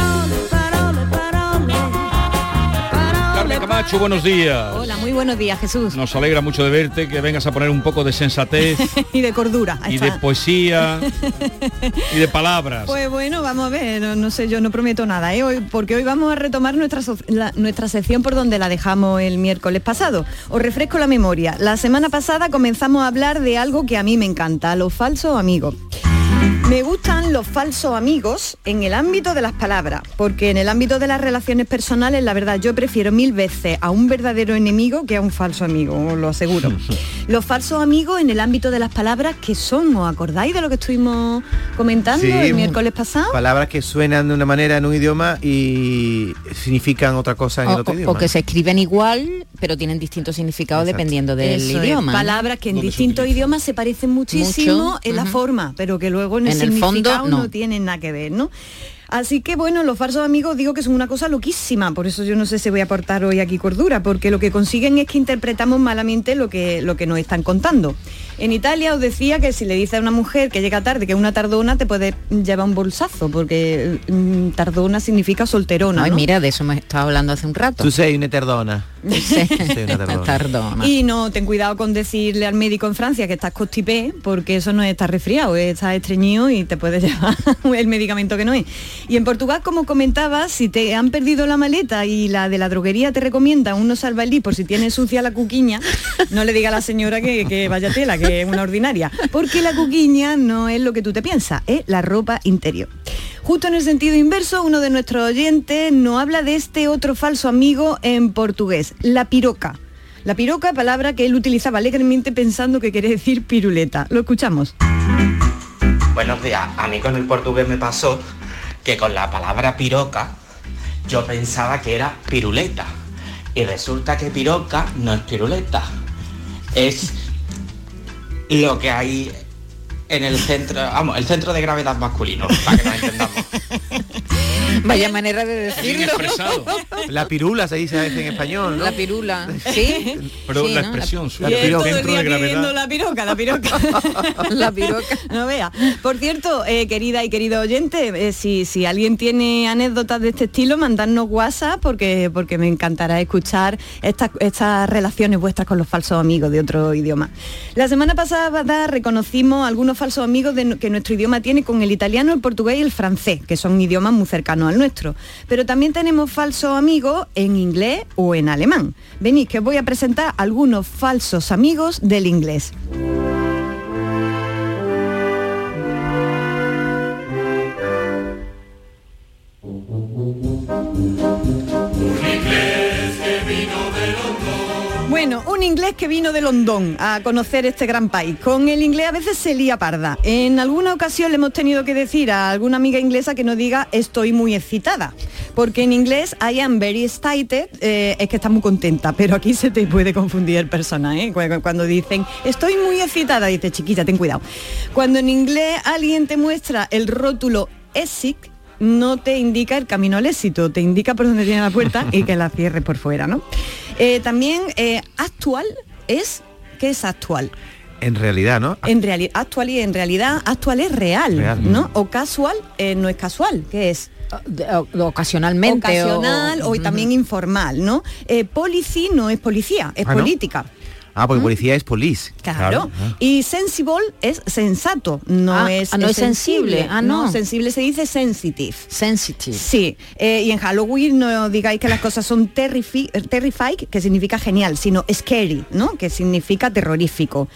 Carmen Camacho, buenos días. Hola, muy buenos días, Jesús. Nos alegra mucho de verte, que vengas a poner un poco de sensatez y de cordura. y de poesía y de palabras. Pues bueno, vamos a ver, no, no sé, yo no prometo nada, ¿eh? Hoy, porque hoy vamos a retomar nuestra, so- la, nuestra sección por donde la dejamos el miércoles pasado. Os refresco la memoria. La semana pasada comenzamos a hablar de algo que a mí me encanta, los falsos amigos. Me gustan los falsos amigos en el ámbito de las palabras, porque en el ámbito de las relaciones personales, la verdad, yo prefiero mil veces a un verdadero enemigo que a un falso amigo, os lo aseguro. Los falsos amigos en el ámbito de las palabras, ¿qué son? ¿Os acordáis de lo que estuvimos comentando Sí, el miércoles pasado? Palabras que suenan de una manera en un idioma y significan otra cosa en O, el otro o- idioma. o que se escriben igual, pero tienen distintos significados dependiendo del Eso es, idioma. palabras que en distintos idiomas se parecen muchísimo Mucho, en la ujú. forma, pero que luego en el En el significado fondo, no. no. tienen nada que ver, ¿no? Así que bueno, los falsos amigos digo que son una cosa loquísima, por eso yo no sé si voy a aportar hoy aquí cordura, porque lo que consiguen es que interpretamos malamente lo que, lo que nos están contando. En Italia os decía que si le dices a una mujer que llega tarde, que es una tardona, te puede llevar un bolsazo, porque mm, tardona significa solterona, Ay, ¿no? mira, de eso me estaba hablando hace un rato. Tú sei una tardona. Sí. Sei una tardona. Tardona. Y no, ten cuidado con decirle al médico en Francia que estás constipé, porque eso no es estar resfriado, es estar estreñido y te puede llevar el medicamento que no es. Y en Portugal, como comentaba, si te han perdido la maleta y la de la droguería te recomienda unos salvaelí por si tienes sucia la cuquiña, no le diga a la señora que, que vaya tela, que es una ordinaria, porque la cuquiña no es lo que tú te piensas, es la ropa interior. Justo en el sentido inverso, uno de nuestros oyentes nos habla de este otro falso amigo en portugués, la piroca. La piroca, palabra que él utilizaba alegremente pensando que quería decir piruleta. Lo escuchamos. Buenos días, a mí con el portugués me pasó que con la palabra piroca yo pensaba que era piruleta y resulta que piroca no es piruleta, es lo que hay en el centro, vamos, el centro de gravedad masculino, para que nos entendamos. Vaya manera de decirlo. La pirula se dice a veces en español, ¿no? La pirula, ¿sí? Pero Sí, la ¿no? expresión suya, Y él todo el centro día de gravedad. pidiendo la piroca, la piroca. La piroca. No vea. Por cierto, eh, querida y querido oyente, eh, si, si alguien tiene anécdotas de este estilo, mandadnos WhatsApp porque, porque me encantará escuchar estas, estas relaciones vuestras con los falsos amigos de otro idioma. La semana pasada reconocimos algunos falsos amigos de, que nuestro idioma tiene con el italiano, el portugués y el francés, que son idiomas muy cercanos al nuestro. Pero también tenemos falsos amigos en inglés o en alemán. Venid, que os voy a presentar algunos falsos amigos del inglés. Bueno, un inglés que vino de Londón a conocer este gran país. Con el inglés a veces se lía parda. En alguna ocasión le hemos tenido que decir a alguna amiga inglesa que no diga estoy muy excitada. Porque en inglés I am very excited eh, es que está muy contenta, pero aquí se te puede confundir el persona, ¿eh? Cuando, cuando dicen estoy muy excitada, dice chiquita, ten cuidado. Cuando en inglés alguien te muestra el rótulo exit, no te indica el camino al éxito, te indica por dónde tiene la puerta y que la cierres por fuera, ¿no? Eh, también eh, actual es, ¿qué es actual? En realidad, ¿no? En realidad, actual y en realidad, actual es real, Real. ¿no? O casual eh, no es casual, ¿qué es? O- ocasionalmente. Ocasional o, o- y también informal, ¿no? Eh, policy no es policía, es Ah, ¿no? política. Ah, porque policía es police. Claro. Y sensible es sensato, no Ah, es, ah, no es sensible. Ah, no. sensible se dice sensitive. Sensitive. Sí, eh, y en Halloween no digáis que las cosas son terrifi- terrified, que significa genial, sino scary, ¿no? Que significa terrorífico.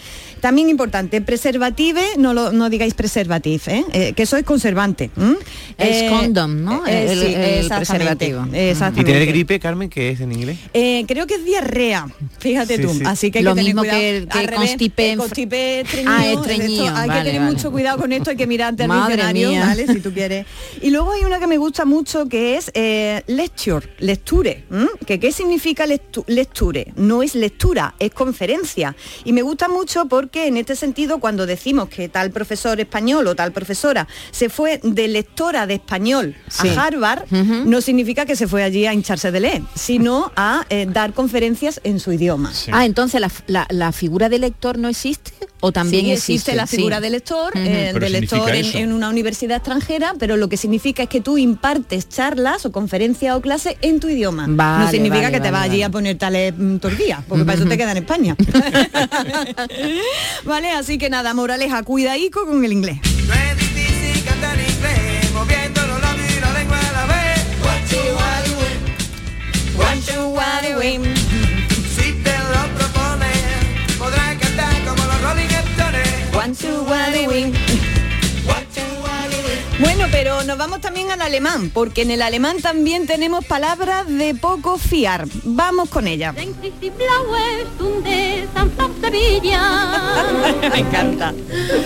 También importante, preservative, no lo no digáis preservative, ¿eh? Eh, que eso es conservante. ¿m? Es Eh, condom, ¿no? eh, el, sí, el exactamente, preservativo. exactamente. ¿Y tener gripe, Carmen, qué es en inglés? Eh, creo que es diarrea, fíjate Sí, tú. sí. Así que hay Lo que tener mismo cuidado. que- que Al revés, constipé eh, en- constipé, estreñido, Ah, esto, estreñido, hay vale, que tener vale. mucho cuidado con esto, hay que mirarte al Madre diccionario, mía. ¿vale? Si tú quieres. Y luego hay una que me gusta mucho que es eh, lecture, lecture. ¿m? Que ¿qué significa lectu- lecture? No es lectura, es conferencia. Y me gusta mucho porque en este sentido, cuando decimos que tal profesor español o tal profesora se fue de lectora de español Sí. a Harvard, no significa que se fue allí a hincharse de leer, sino a eh, dar conferencias en su idioma. Ah, entonces la, la- la figura de lector no existe o también Sí, existe. existe la figura Sí. de lector, Ujú. eh, Pero de lector significa en, eso. en una universidad extranjera, pero lo que significa es que tú impartes charlas o conferencias o clases en tu idioma. Vale, no significa vale, que te vale, vas allí vale. a ponerte a leer mm, todos los días, porque para eso te queda en España. Vale, así que nada, moraleja, cuidaico con el inglés. Si te lo propones, podrás cantar como los Rolling Stones. One, two, one, win. Bueno, pero nos vamos también al alemán, porque en el alemán también tenemos palabras de poco fiar. Vamos con ella. Me encanta.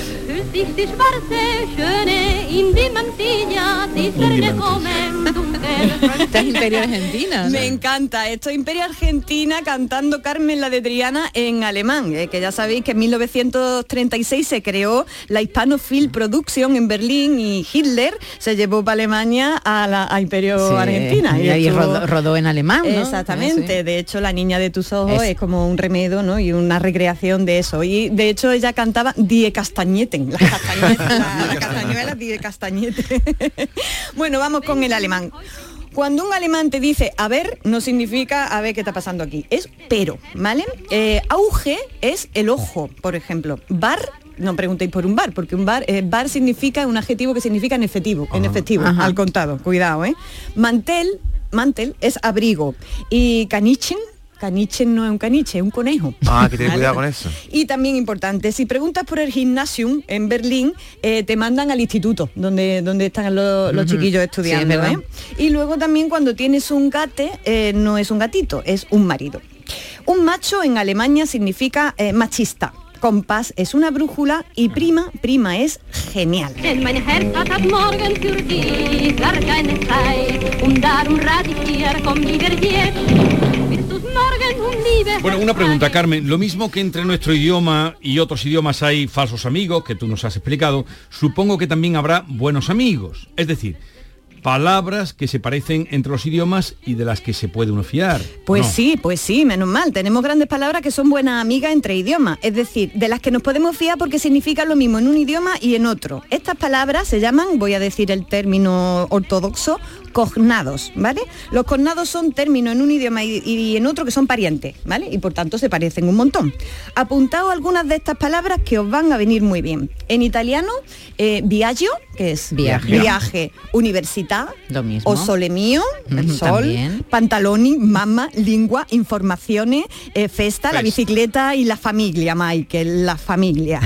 Esta es Imperio Argentina. Me encanta. Esto es Imperio Argentina cantando Carmen la de Triana en alemán, eh, que ya sabéis que en mil novecientos treinta y seis se creó la Hispano Film Production en Berlín y Hitler se llevó para Alemania a, la, a Imperio Sí, Argentina. y ahí estuvo- rodó, rodó en alemán, ¿no? Exactamente, Sí. de hecho La niña de tus ojos Es- es como un remedio, ¿no? Y una recreación de eso. Y de hecho ella cantaba Die Castañeten, las castañetas, la, la castañuela Die Castañete. Bueno, vamos con el alemán. Cuando un alemán te dice a ver, no significa a ver qué está pasando aquí, es pero, ¿vale? Eh, auge es el ojo, por ejemplo. Bar, no preguntéis por un bar, porque un bar, eh, bar significa un adjetivo que significa en efectivo, en efectivo, Ajá. al contado, cuidado, ¿eh? Mantel, mantel es abrigo. Y canichen, canichen no es un caniche, es un conejo. Ah, que tener ¿Vale? cuidado con eso. Y también importante, si preguntas por el Gymnasium en Berlín, eh, te mandan al instituto, donde, donde están los, los Ujú. chiquillos Sí, estudiando. es verdad. ¿eh? Y luego también cuando tienes un gate, eh, no es un gatito, es un marido. Un macho en Alemania significa eh, machista. Compás es una brújula y prima, prima es genial. Denn mein Herz hat ab morgen für dich gar keine Zeit. Und darum rat ich dir, komm lieber jetzt. Bis du's morgen um Liebe. Bueno, una pregunta, Carmen. Lo mismo que entre nuestro idioma y otros idiomas hay falsos amigos, que tú nos has explicado, supongo que también habrá buenos amigos. Es decir, palabras que se parecen entre los idiomas y de las que se puede uno fiar. Pues ¿no? sí, pues sí, menos mal. Tenemos grandes palabras que son buenas amigas entre idiomas, es decir, de las que nos podemos fiar porque significan lo mismo en un idioma y en otro. Estas palabras se llaman, voy a decir el término ortodoxo, cognados, ¿vale? Los cognados son términos en un idioma y, y en otro que son parientes, ¿vale? Y por tanto se parecen un montón. Apuntaos algunas de estas palabras que os van a venir muy bien. En italiano, eh, viaggio, que es Viaje. viaje, università, Lo mismo. o sole mio, el Ujú, sol, también. pantaloni, mamma, lingua, informazione, eh, festa, la Festa. bicicleta y la familia, Michael, la familia.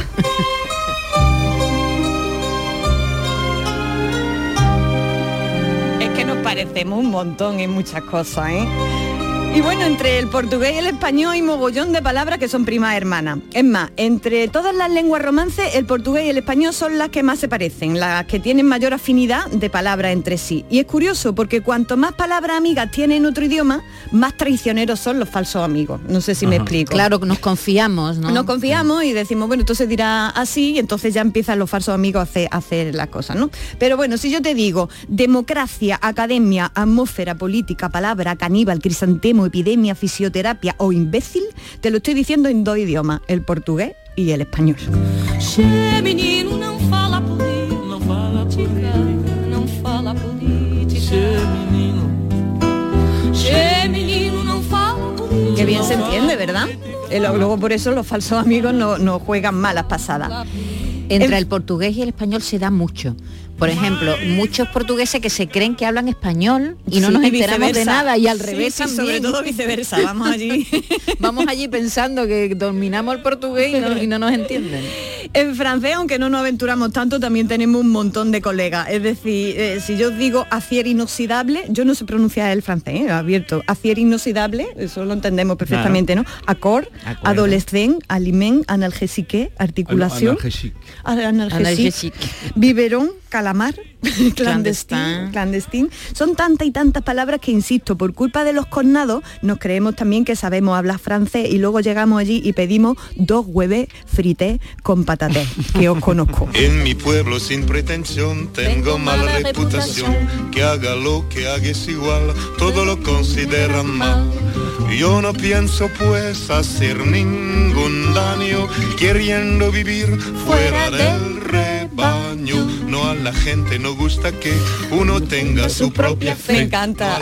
Es que nos parecemos un montón en muchas cosas, ¿eh? Y bueno, entre el portugués y el español hay mogollón de palabras que son primas hermanas. Es más, entre todas las lenguas romances, el portugués y el español son las que más se parecen, las que tienen mayor afinidad de palabras entre sí. Y es curioso porque cuanto más palabras amigas tiene en otro idioma, más traicioneros son los falsos amigos. No sé si me Ajá. explico. Claro, nos confiamos, ¿no? Nos confiamos y decimos, bueno, entonces dirá así y entonces ya empiezan los falsos amigos a hacer, a hacer las cosas, ¿no? Pero bueno, si yo te digo democracia, academia, atmósfera, política, palabra, caníbal, crisantemo, epidemia, fisioterapia o imbécil, te lo estoy diciendo en dos idiomas, el portugués y el español. Che menino, não fala política, não fala política, não fala política. Che menino, che menino, não fala política. Qué bien se entiende, ¿verdad? Eh, lo- Luego por eso los falsos amigos no, no juegan malas pasadas. Entre En- el portugués y el español se da mucho, Por ejemplo, muchos portugueses que se creen que hablan español y no Sí, nos y enteramos de viceversa. nada, y al Sí, revés sí, también. sobre todo viceversa, vamos allí. Vamos allí pensando que dominamos el portugués y no, y no nos entienden. En francés, aunque no nos aventuramos tanto, también tenemos un montón de colegas. Es decir, eh, si yo os digo acier inoxidable, yo no sé pronunciar el francés, ¿eh? Abierto. Acier inoxidable, eso lo entendemos perfectamente, Claro. ¿no? Accord, Acuerdo. adolescent, aliment, analgésique, articulación. Analgésique. Al- Analgésique. Analgésique. Biberón, calamar, clandestín, clandestín. Son tantas y tantas palabras que, insisto, por culpa de los connados, nos creemos también que sabemos hablar francés y luego llegamos allí y pedimos dos huevos frités con patatés, que os conozco. En mi pueblo sin pretensión tengo mala reputación. Que haga lo que haga es igual, todo lo consideran mal. Yo no pienso pues hacer ningún daño, queriendo vivir fuera del rebaño. No, a la gente no gusta que uno tenga su propia fe. Me encanta.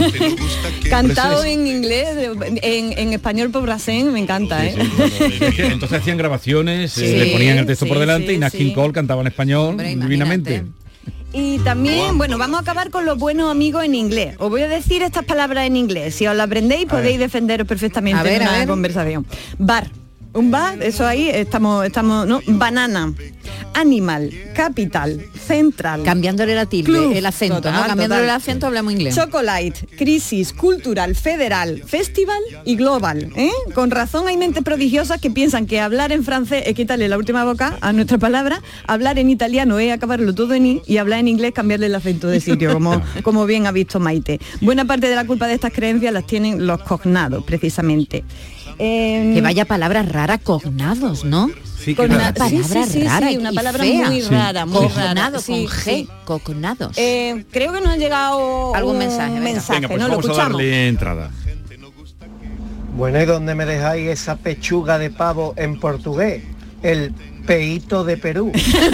Cantado en inglés, en, en español por Brassens, me encanta, ¿eh? Es que entonces hacían grabaciones, eh, Sí, le ponían el texto por sí, delante sí, y Nat King sí. Cole cantaba en español divinamente. Y también, bueno, vamos a acabar con los buenos amigos en inglés. Os voy a decir estas palabras en inglés. Si os las aprendéis, podéis defenderos perfectamente A ver, en a una ver. conversación. Bar. Un bar, eso ahí estamos, estamos, ¿no? Banana, animal, capital, central. Cambiándole la tilde, Club, el acento, total, ¿no? Cambiándole total. el acento hablamos inglés. Chocolate, crisis, cultural, federal, festival y global, ¿eh? Con razón hay mentes prodigiosas que piensan que hablar en francés es quitarle la última boca a nuestra palabra, hablar en italiano es acabarlo todo en i y hablar en inglés cambiarle el acento de sitio, como, como bien ha visto Maite. Buena parte de la culpa de estas creencias las tienen los cognados, precisamente. Eh, Que vaya palabras raras, cognados, ¿no? Sí, con que una raro. Sí, palabra sí, sí, rara sí, una y palabra fea. muy rara, muy rara. Cognado, Sí, con G, sí. cognados. Eh, creo que nos ha llegado Algún un mensaje, venga. mensaje, Venga, pues ¿no? Lo vamos a escuchamos. darle entrada. Bueno, ¿y dónde me dejáis esa pechuga de pavo en portugués? El peito de Perú.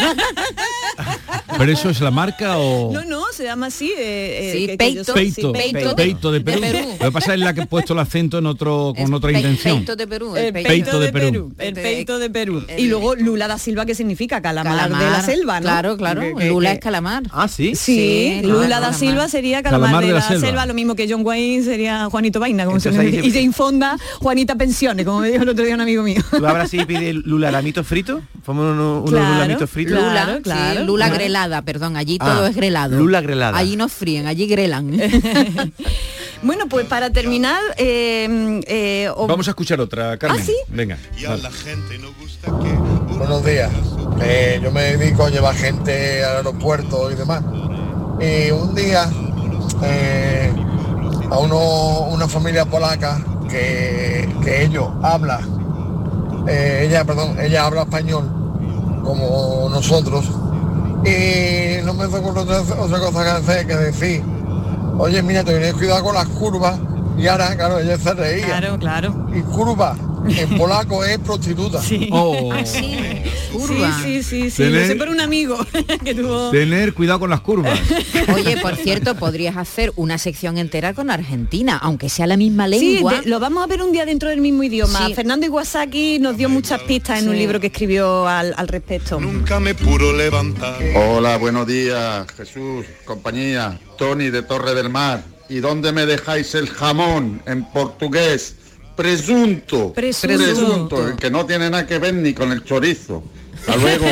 ¿Pero eso es la marca o...? No, no, se llama así. eh, eh, Sí, que- que peito. yo soy- Peito, sí, peito, de, Perú. de Perú. Lo que pasa es la que he puesto el acento en otro, con otra Pe- intención. Peito de Perú. El peito. peito, de, de Perú. Perú. El peito de Perú. Y luego Lula da Silva, que significa calamar, Calamar, de la selva, ¿no? claro, claro. Que- que- Lula que- es calamar. Ah, sí. Sí, Sí, Lula calamar, da calamar. Silva sería calamar, Calamar de, de la, la selva. selva. lo mismo que John Wayne sería Juanito Vaina, como se Entonces me ahí dice. se- Y Jane Fonda, Juanita Pensiones, como me dijo el otro día un amigo mío. ¿Tú ahora sí pides lularamitos fritos? ¿Ponemos unos, unos Claro, lulamitos fritos? claro. Lula, claro, sí, Lula claro. grelada, perdón, allí Ah, todo es grelado. lula grelada. Allí no fríen, allí grelan. Bueno, pues para terminar, eh, eh, os- Vamos a escuchar otra, Carmen. ¿Ah, sí? Venga. vale. Buenos días. Eh, yo me dedico a llevar gente al aeropuerto y demás. Y un día eh, a uno, una familia polaca que, que ellos habla, eh, ella, perdón, ella habla español como nosotros. Y no me ocurre otra, otra cosa que hacer que decir, oye, mira, tenéis cuidado con las curvas. Y ahora, claro, ella se reía. Claro, claro. Y curva en polaco es prostituta. Sí. Oh. Ah, sí, Sí, curva. sí, sí, sí. Lo Tener- sé por un amigo que tuvo... Tener cuidado con las curvas. Oye, por cierto, podrías hacer una sección entera con Argentina, aunque sea la misma Sí, lengua. de- lo vamos a ver un día dentro del mismo idioma. Sí. Fernando Iwasaki nos dio muchas pistas en un Sí. libro que escribió al, al respecto. Nunca me pudo levantar. Hola, buenos días, Jesús, compañía, Tony de Torre del Mar. ¿Y dónde me dejáis el jamón en portugués? Presunto. Presunto. Presunto, que no tiene nada que ver ni con el chorizo. Hasta luego.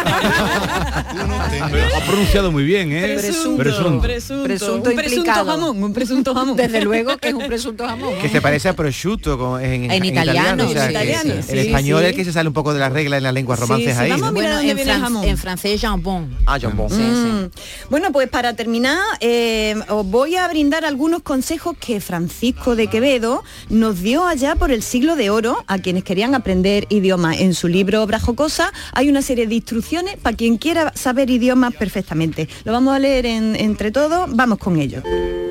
Ha pronunciado muy bien, ¿eh? Presunto, Presunto. presunto, Presunto un presunto implicado. jamón, un presunto jamón. Desde luego que es un presunto jamón. Que se parece a prosciutto con- en, En italiano, o sea, en que italiano, el sí, español sí. es el que se sale un poco de la regla en las lenguas Sí, romances sí, ahí. vamos a ¿no? mirar Bueno, dónde en, viene el fran- jamón. en francés jambon. Ah, jambon. Sí, sí. Mm. Bueno, pues para terminar, eh, os voy a brindar algunos consejos que Francisco de Quevedo nos dio allá por el siglo de oro a quienes querían aprender idiomas. En su libro Obra Jocosa hay una serie de instrucciones para quien quiera saber idiomas perfectamente. Lo vamos a leer en- entre todos, vamos con ello.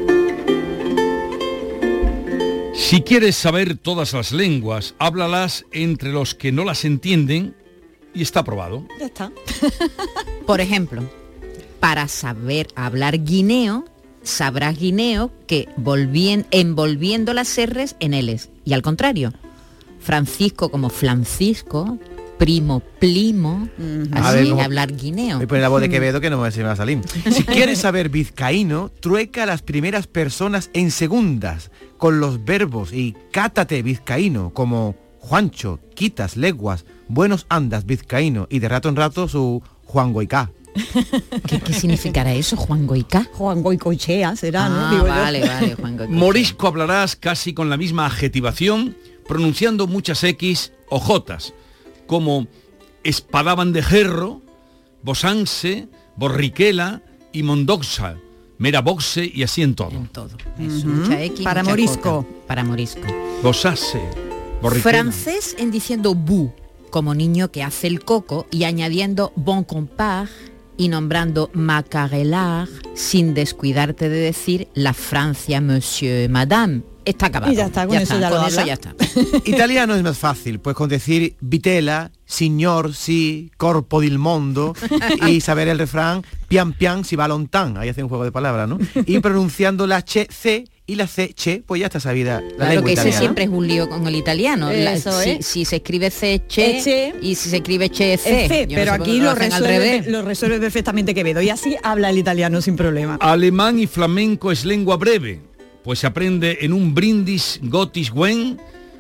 Si quieres saber todas las lenguas, háblalas entre los que no las entienden y está aprobado. Ya está. Por ejemplo, para saber hablar guineo, sabrás guineo que volvien- envolviendo las R's en L's. Y al contrario, Francisco como Francisco, primo, plimo, A así, ver, ¿cómo? hablar guineo. Voy a poner la voz de Quevedo que no me se me va a salir. Si quieres saber vizcaíno, trueca a las primeras personas en segundas con los verbos y cátate vizcaíno, como Juancho, quitas, leguas, buenos andas vizcaíno, y de rato en rato su Juan Goicá. ¿Qué, qué significará eso, Juan Goicá? Juan Goicochea será, Ah, ¿no? Digo yo. vale, vale, Juan Goicochea. Morisco hablarás casi con la misma adjetivación, pronunciando muchas X o Jotas, como espadaban de jerro, bosanse, borriquela y mondoxa, meraboxe y así en todo. En todo. Eso, mucha X, Para mucha morisco. J. Para morisco. Bosase, borriquela. Francés en diciendo bu, como niño que hace el coco, y añadiendo bon compare y nombrando macarelard sin descuidarte de decir la Francia, monsieur, madame. Está acabado. Y ya está, con eso ya con lo eso habla. ya está. Italiano es más fácil, pues con decir vitela, signor, sí, corpo del mondo, y saber el refrán, pian pian si va lontán, ahí hace un juego de palabras, ¿no? Y pronunciando la che, c y la c, che, pues ya está sabida la Claro lengua que ese italiana. siempre es un lío con el italiano. La- Eso si, es. si se escribe C, che, Eche. y si se escribe che, C. Es C, Yo no pero sé por qué aquí lo lo hacen al resuelve, revés. lo resuelve perfectamente Quevedo. Y así habla el italiano sin problema. Alemán y flamenco es lengua breve, pues se aprende en un brindis gotis wen,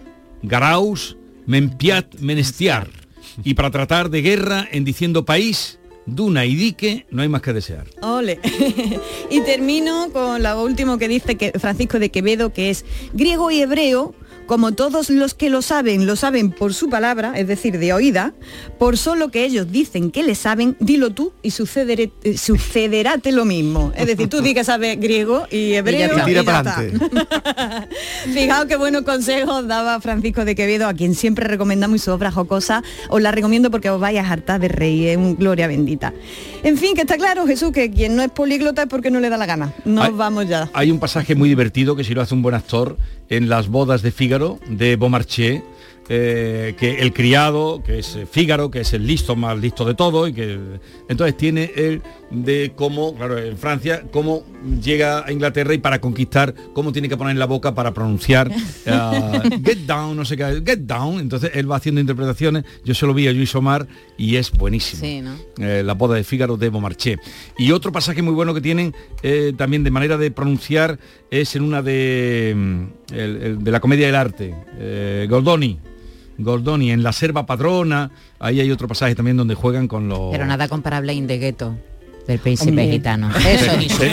garaus, mempiat, menestiar. Y para tratar de guerra en diciendo país, duna y dique, no hay más que desear. Ole. Y termino con lo último que dice que Francisco de Quevedo, que es griego y hebreo, como todos los que lo saben, lo saben por su palabra, es decir, de oída, por solo que ellos dicen que le saben, dilo tú y sucederé, eh, sucederáte lo mismo. Es decir, tú di que sabes griego y hebreo Y y ya, tira para está. adelante. Fijaos qué buenos consejos daba Francisco de Quevedo, a quien siempre recomendamos sus obras jocosas. Os las recomiendo porque os vais a hartar de reír, es un gloria bendita. En fin, que está claro, Jesús, que quien no es políglota es porque no le da la gana. Nos Ay, vamos ya. Hay un pasaje muy divertido que si lo hace un buen actor en Las bodas de Fígaro, de Beaumarchais, eh, que el criado, que es Fígaro, que es el listo más listo de todo, y que entonces tiene el de cómo, claro, en Francia, cómo llega a Inglaterra y para conquistar, cómo tiene que poner la boca para pronunciar uh, get down, no sé qué, get down. Entonces él va haciendo interpretaciones, yo se lo vi a Luis Omar y es buenísimo. Sí, ¿no? Eh, la boda de Fígaro de Beaumarchais. Y otro pasaje muy bueno que tienen eh, también de manera de pronunciar es en una de, mm, el- el- de la comedia del arte, eh, Goldoni. Goldoni, en La Serva Padrona, ahí hay otro pasaje también donde juegan con los... Pero nada comparable a Indegueto, del príncipe Hombre. gitano. Eso ni Ten-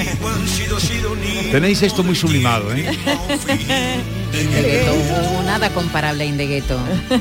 Tenéis esto muy sublimado, ¿eh? Indegueto, uh, nada comparable a Indegueto.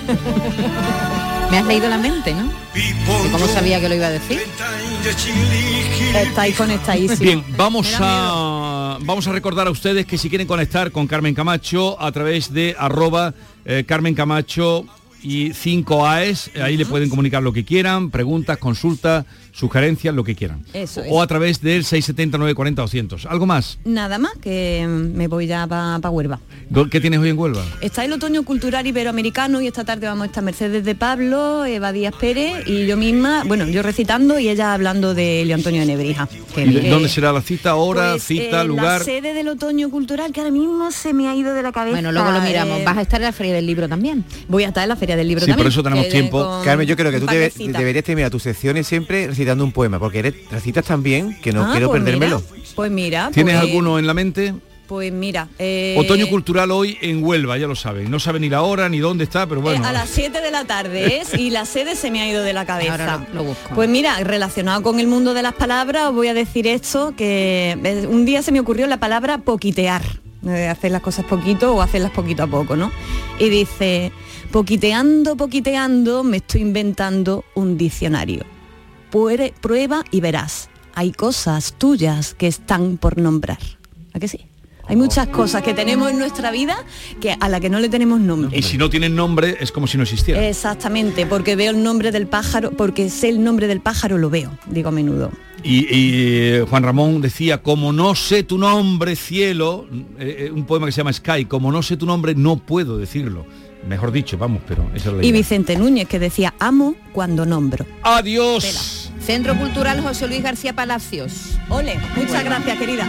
Me has leído la mente, ¿no? ¿Y cómo sabía que lo iba a decir? Estáis conectadísimos. Bien, vamos a vamos a recordar a ustedes que si quieren conectar con Carmen Camacho a través de arroba eh, Carmen Camacho y cinco A E S, ahí le pueden comunicar lo que quieran, preguntas, consultas, sugerencias, lo que quieran. Eso es. O a través del seis setenta, nueve cuarenta, doscientos. ¿Algo más? Nada más, que me voy ya para Huelva. ¿Qué tienes hoy en Huelva? Está el otoño cultural iberoamericano y esta tarde vamos a estar Mercedes de Pablo, Eva Díaz Pérez y yo misma, bueno, yo recitando y ella hablando de Leo Antonio de Nebrija. ¿Y de- ¿Dónde será la cita? ¿Hora, Pues, cita, eh, lugar? La sede del otoño cultural, que ahora mismo se me ha ido de la cabeza. Bueno, luego lo miramos. eh, ¿Vas a estar en la Feria del Libro también? Voy a estar en la Feria del Libro Sí, también. por eso tenemos que, eh, tiempo. con Carmen, yo creo que un tú par de debe- citas. deberías terminar tus secciones siempre recitando un poema, porque eres, recitas tan bien que no Ah, quiero pues perdérmelo. mira, Pues mira. ¿Tienes pues- alguno en la mente? Pues mira. eh, Otoño cultural hoy en Huelva, ya lo saben. No saben ni la hora ni dónde está, pero bueno. Eh, a las siete de la tarde es y la sede se me ha ido de la cabeza. Ahora lo- lo busco. Pues mira, relacionado con el mundo de las palabras, os voy a decir esto, que eh, un día se me ocurrió la palabra poquitear. eh, hacer las cosas poquito o hacerlas poquito a poco, ¿no? Y dice, poquiteando, poquiteando, me estoy inventando un diccionario. Puere- prueba y verás. Hay cosas tuyas que están por nombrar. ¿A que sí? Hay muchas cosas que tenemos en nuestra vida que a la que no le tenemos nombre. Y si no tienen nombre es como si no existiera. Exactamente, porque veo el nombre del pájaro, porque sé el nombre del pájaro, lo veo, digo a menudo. Y, y, eh, Juan Ramón decía, como no sé tu nombre, cielo, eh, eh, un poema que se llama Sky, como no sé tu nombre, no puedo decirlo. Mejor dicho, vamos, pero esa es la Y idea. Vicente Núñez, que decía, amo cuando nombro. Adiós. Centro Cultural José Luis García Palacios. Ole, muchas gracias, querida.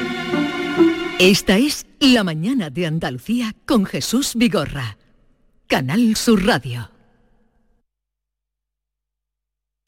Esta es La Mañana de Andalucía con Jesús Vigorra. Canal Sur Radio.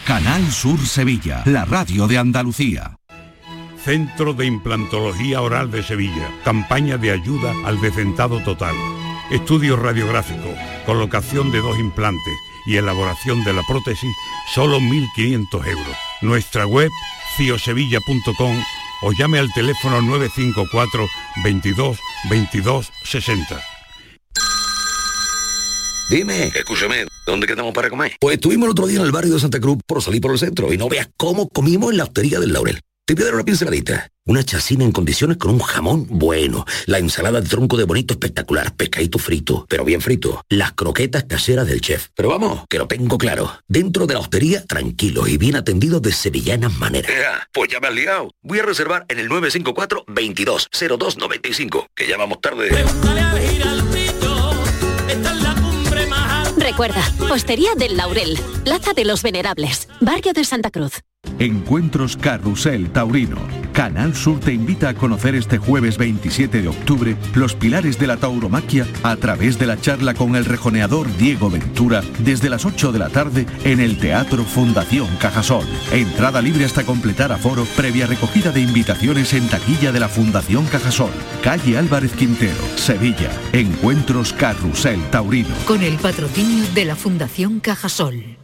Canal Sur Sevilla, la radio de Andalucía. Centro de Implantología Oral de Sevilla. Campaña de ayuda al decentado total. Estudio radiográfico, colocación de dos implantes y elaboración de la prótesis, solo mil quinientos euros. Nuestra web, ciosevilla punto com, o llame al teléfono nueve cinco cuatro veintidós veintidós sesenta. Dime, escúchame, ¿dónde quedamos para comer? Pues estuvimos el otro día en el barrio de Santa Cruz por salir por el centro y no veas cómo comimos en la hostería del Laurel. Te voy a dar una pinceladita. Una chacina en condiciones con un jamón bueno. La ensalada de tronco de bonito espectacular. Pescadito frito, pero bien frito. Las croquetas caseras del chef. Pero vamos, que lo tengo claro. Dentro de la hostería, tranquilo y bien atendido de sevillanas maneras. Ea, pues ya me has liado. Voy a reservar en el nueve cinco cuatro veintidós cero dos noventa y cinco, que ya vamos tarde. Recuerda, Hostería del Laurel, Plaza de los Venerables, Barrio de Santa Cruz. Encuentros Carrusel Taurino. Canal Sur te invita a conocer este jueves veintisiete de octubre los pilares de la tauromaquia a través de la charla con el rejoneador Diego Ventura desde las ocho de la tarde en el Teatro Fundación Cajasol. Entrada libre hasta completar aforo, previa recogida de invitaciones en taquilla de la Fundación Cajasol. Calle Álvarez Quintero, Sevilla. Encuentros Carrusel Taurino. Con el patrocinio de la Fundación Cajasol.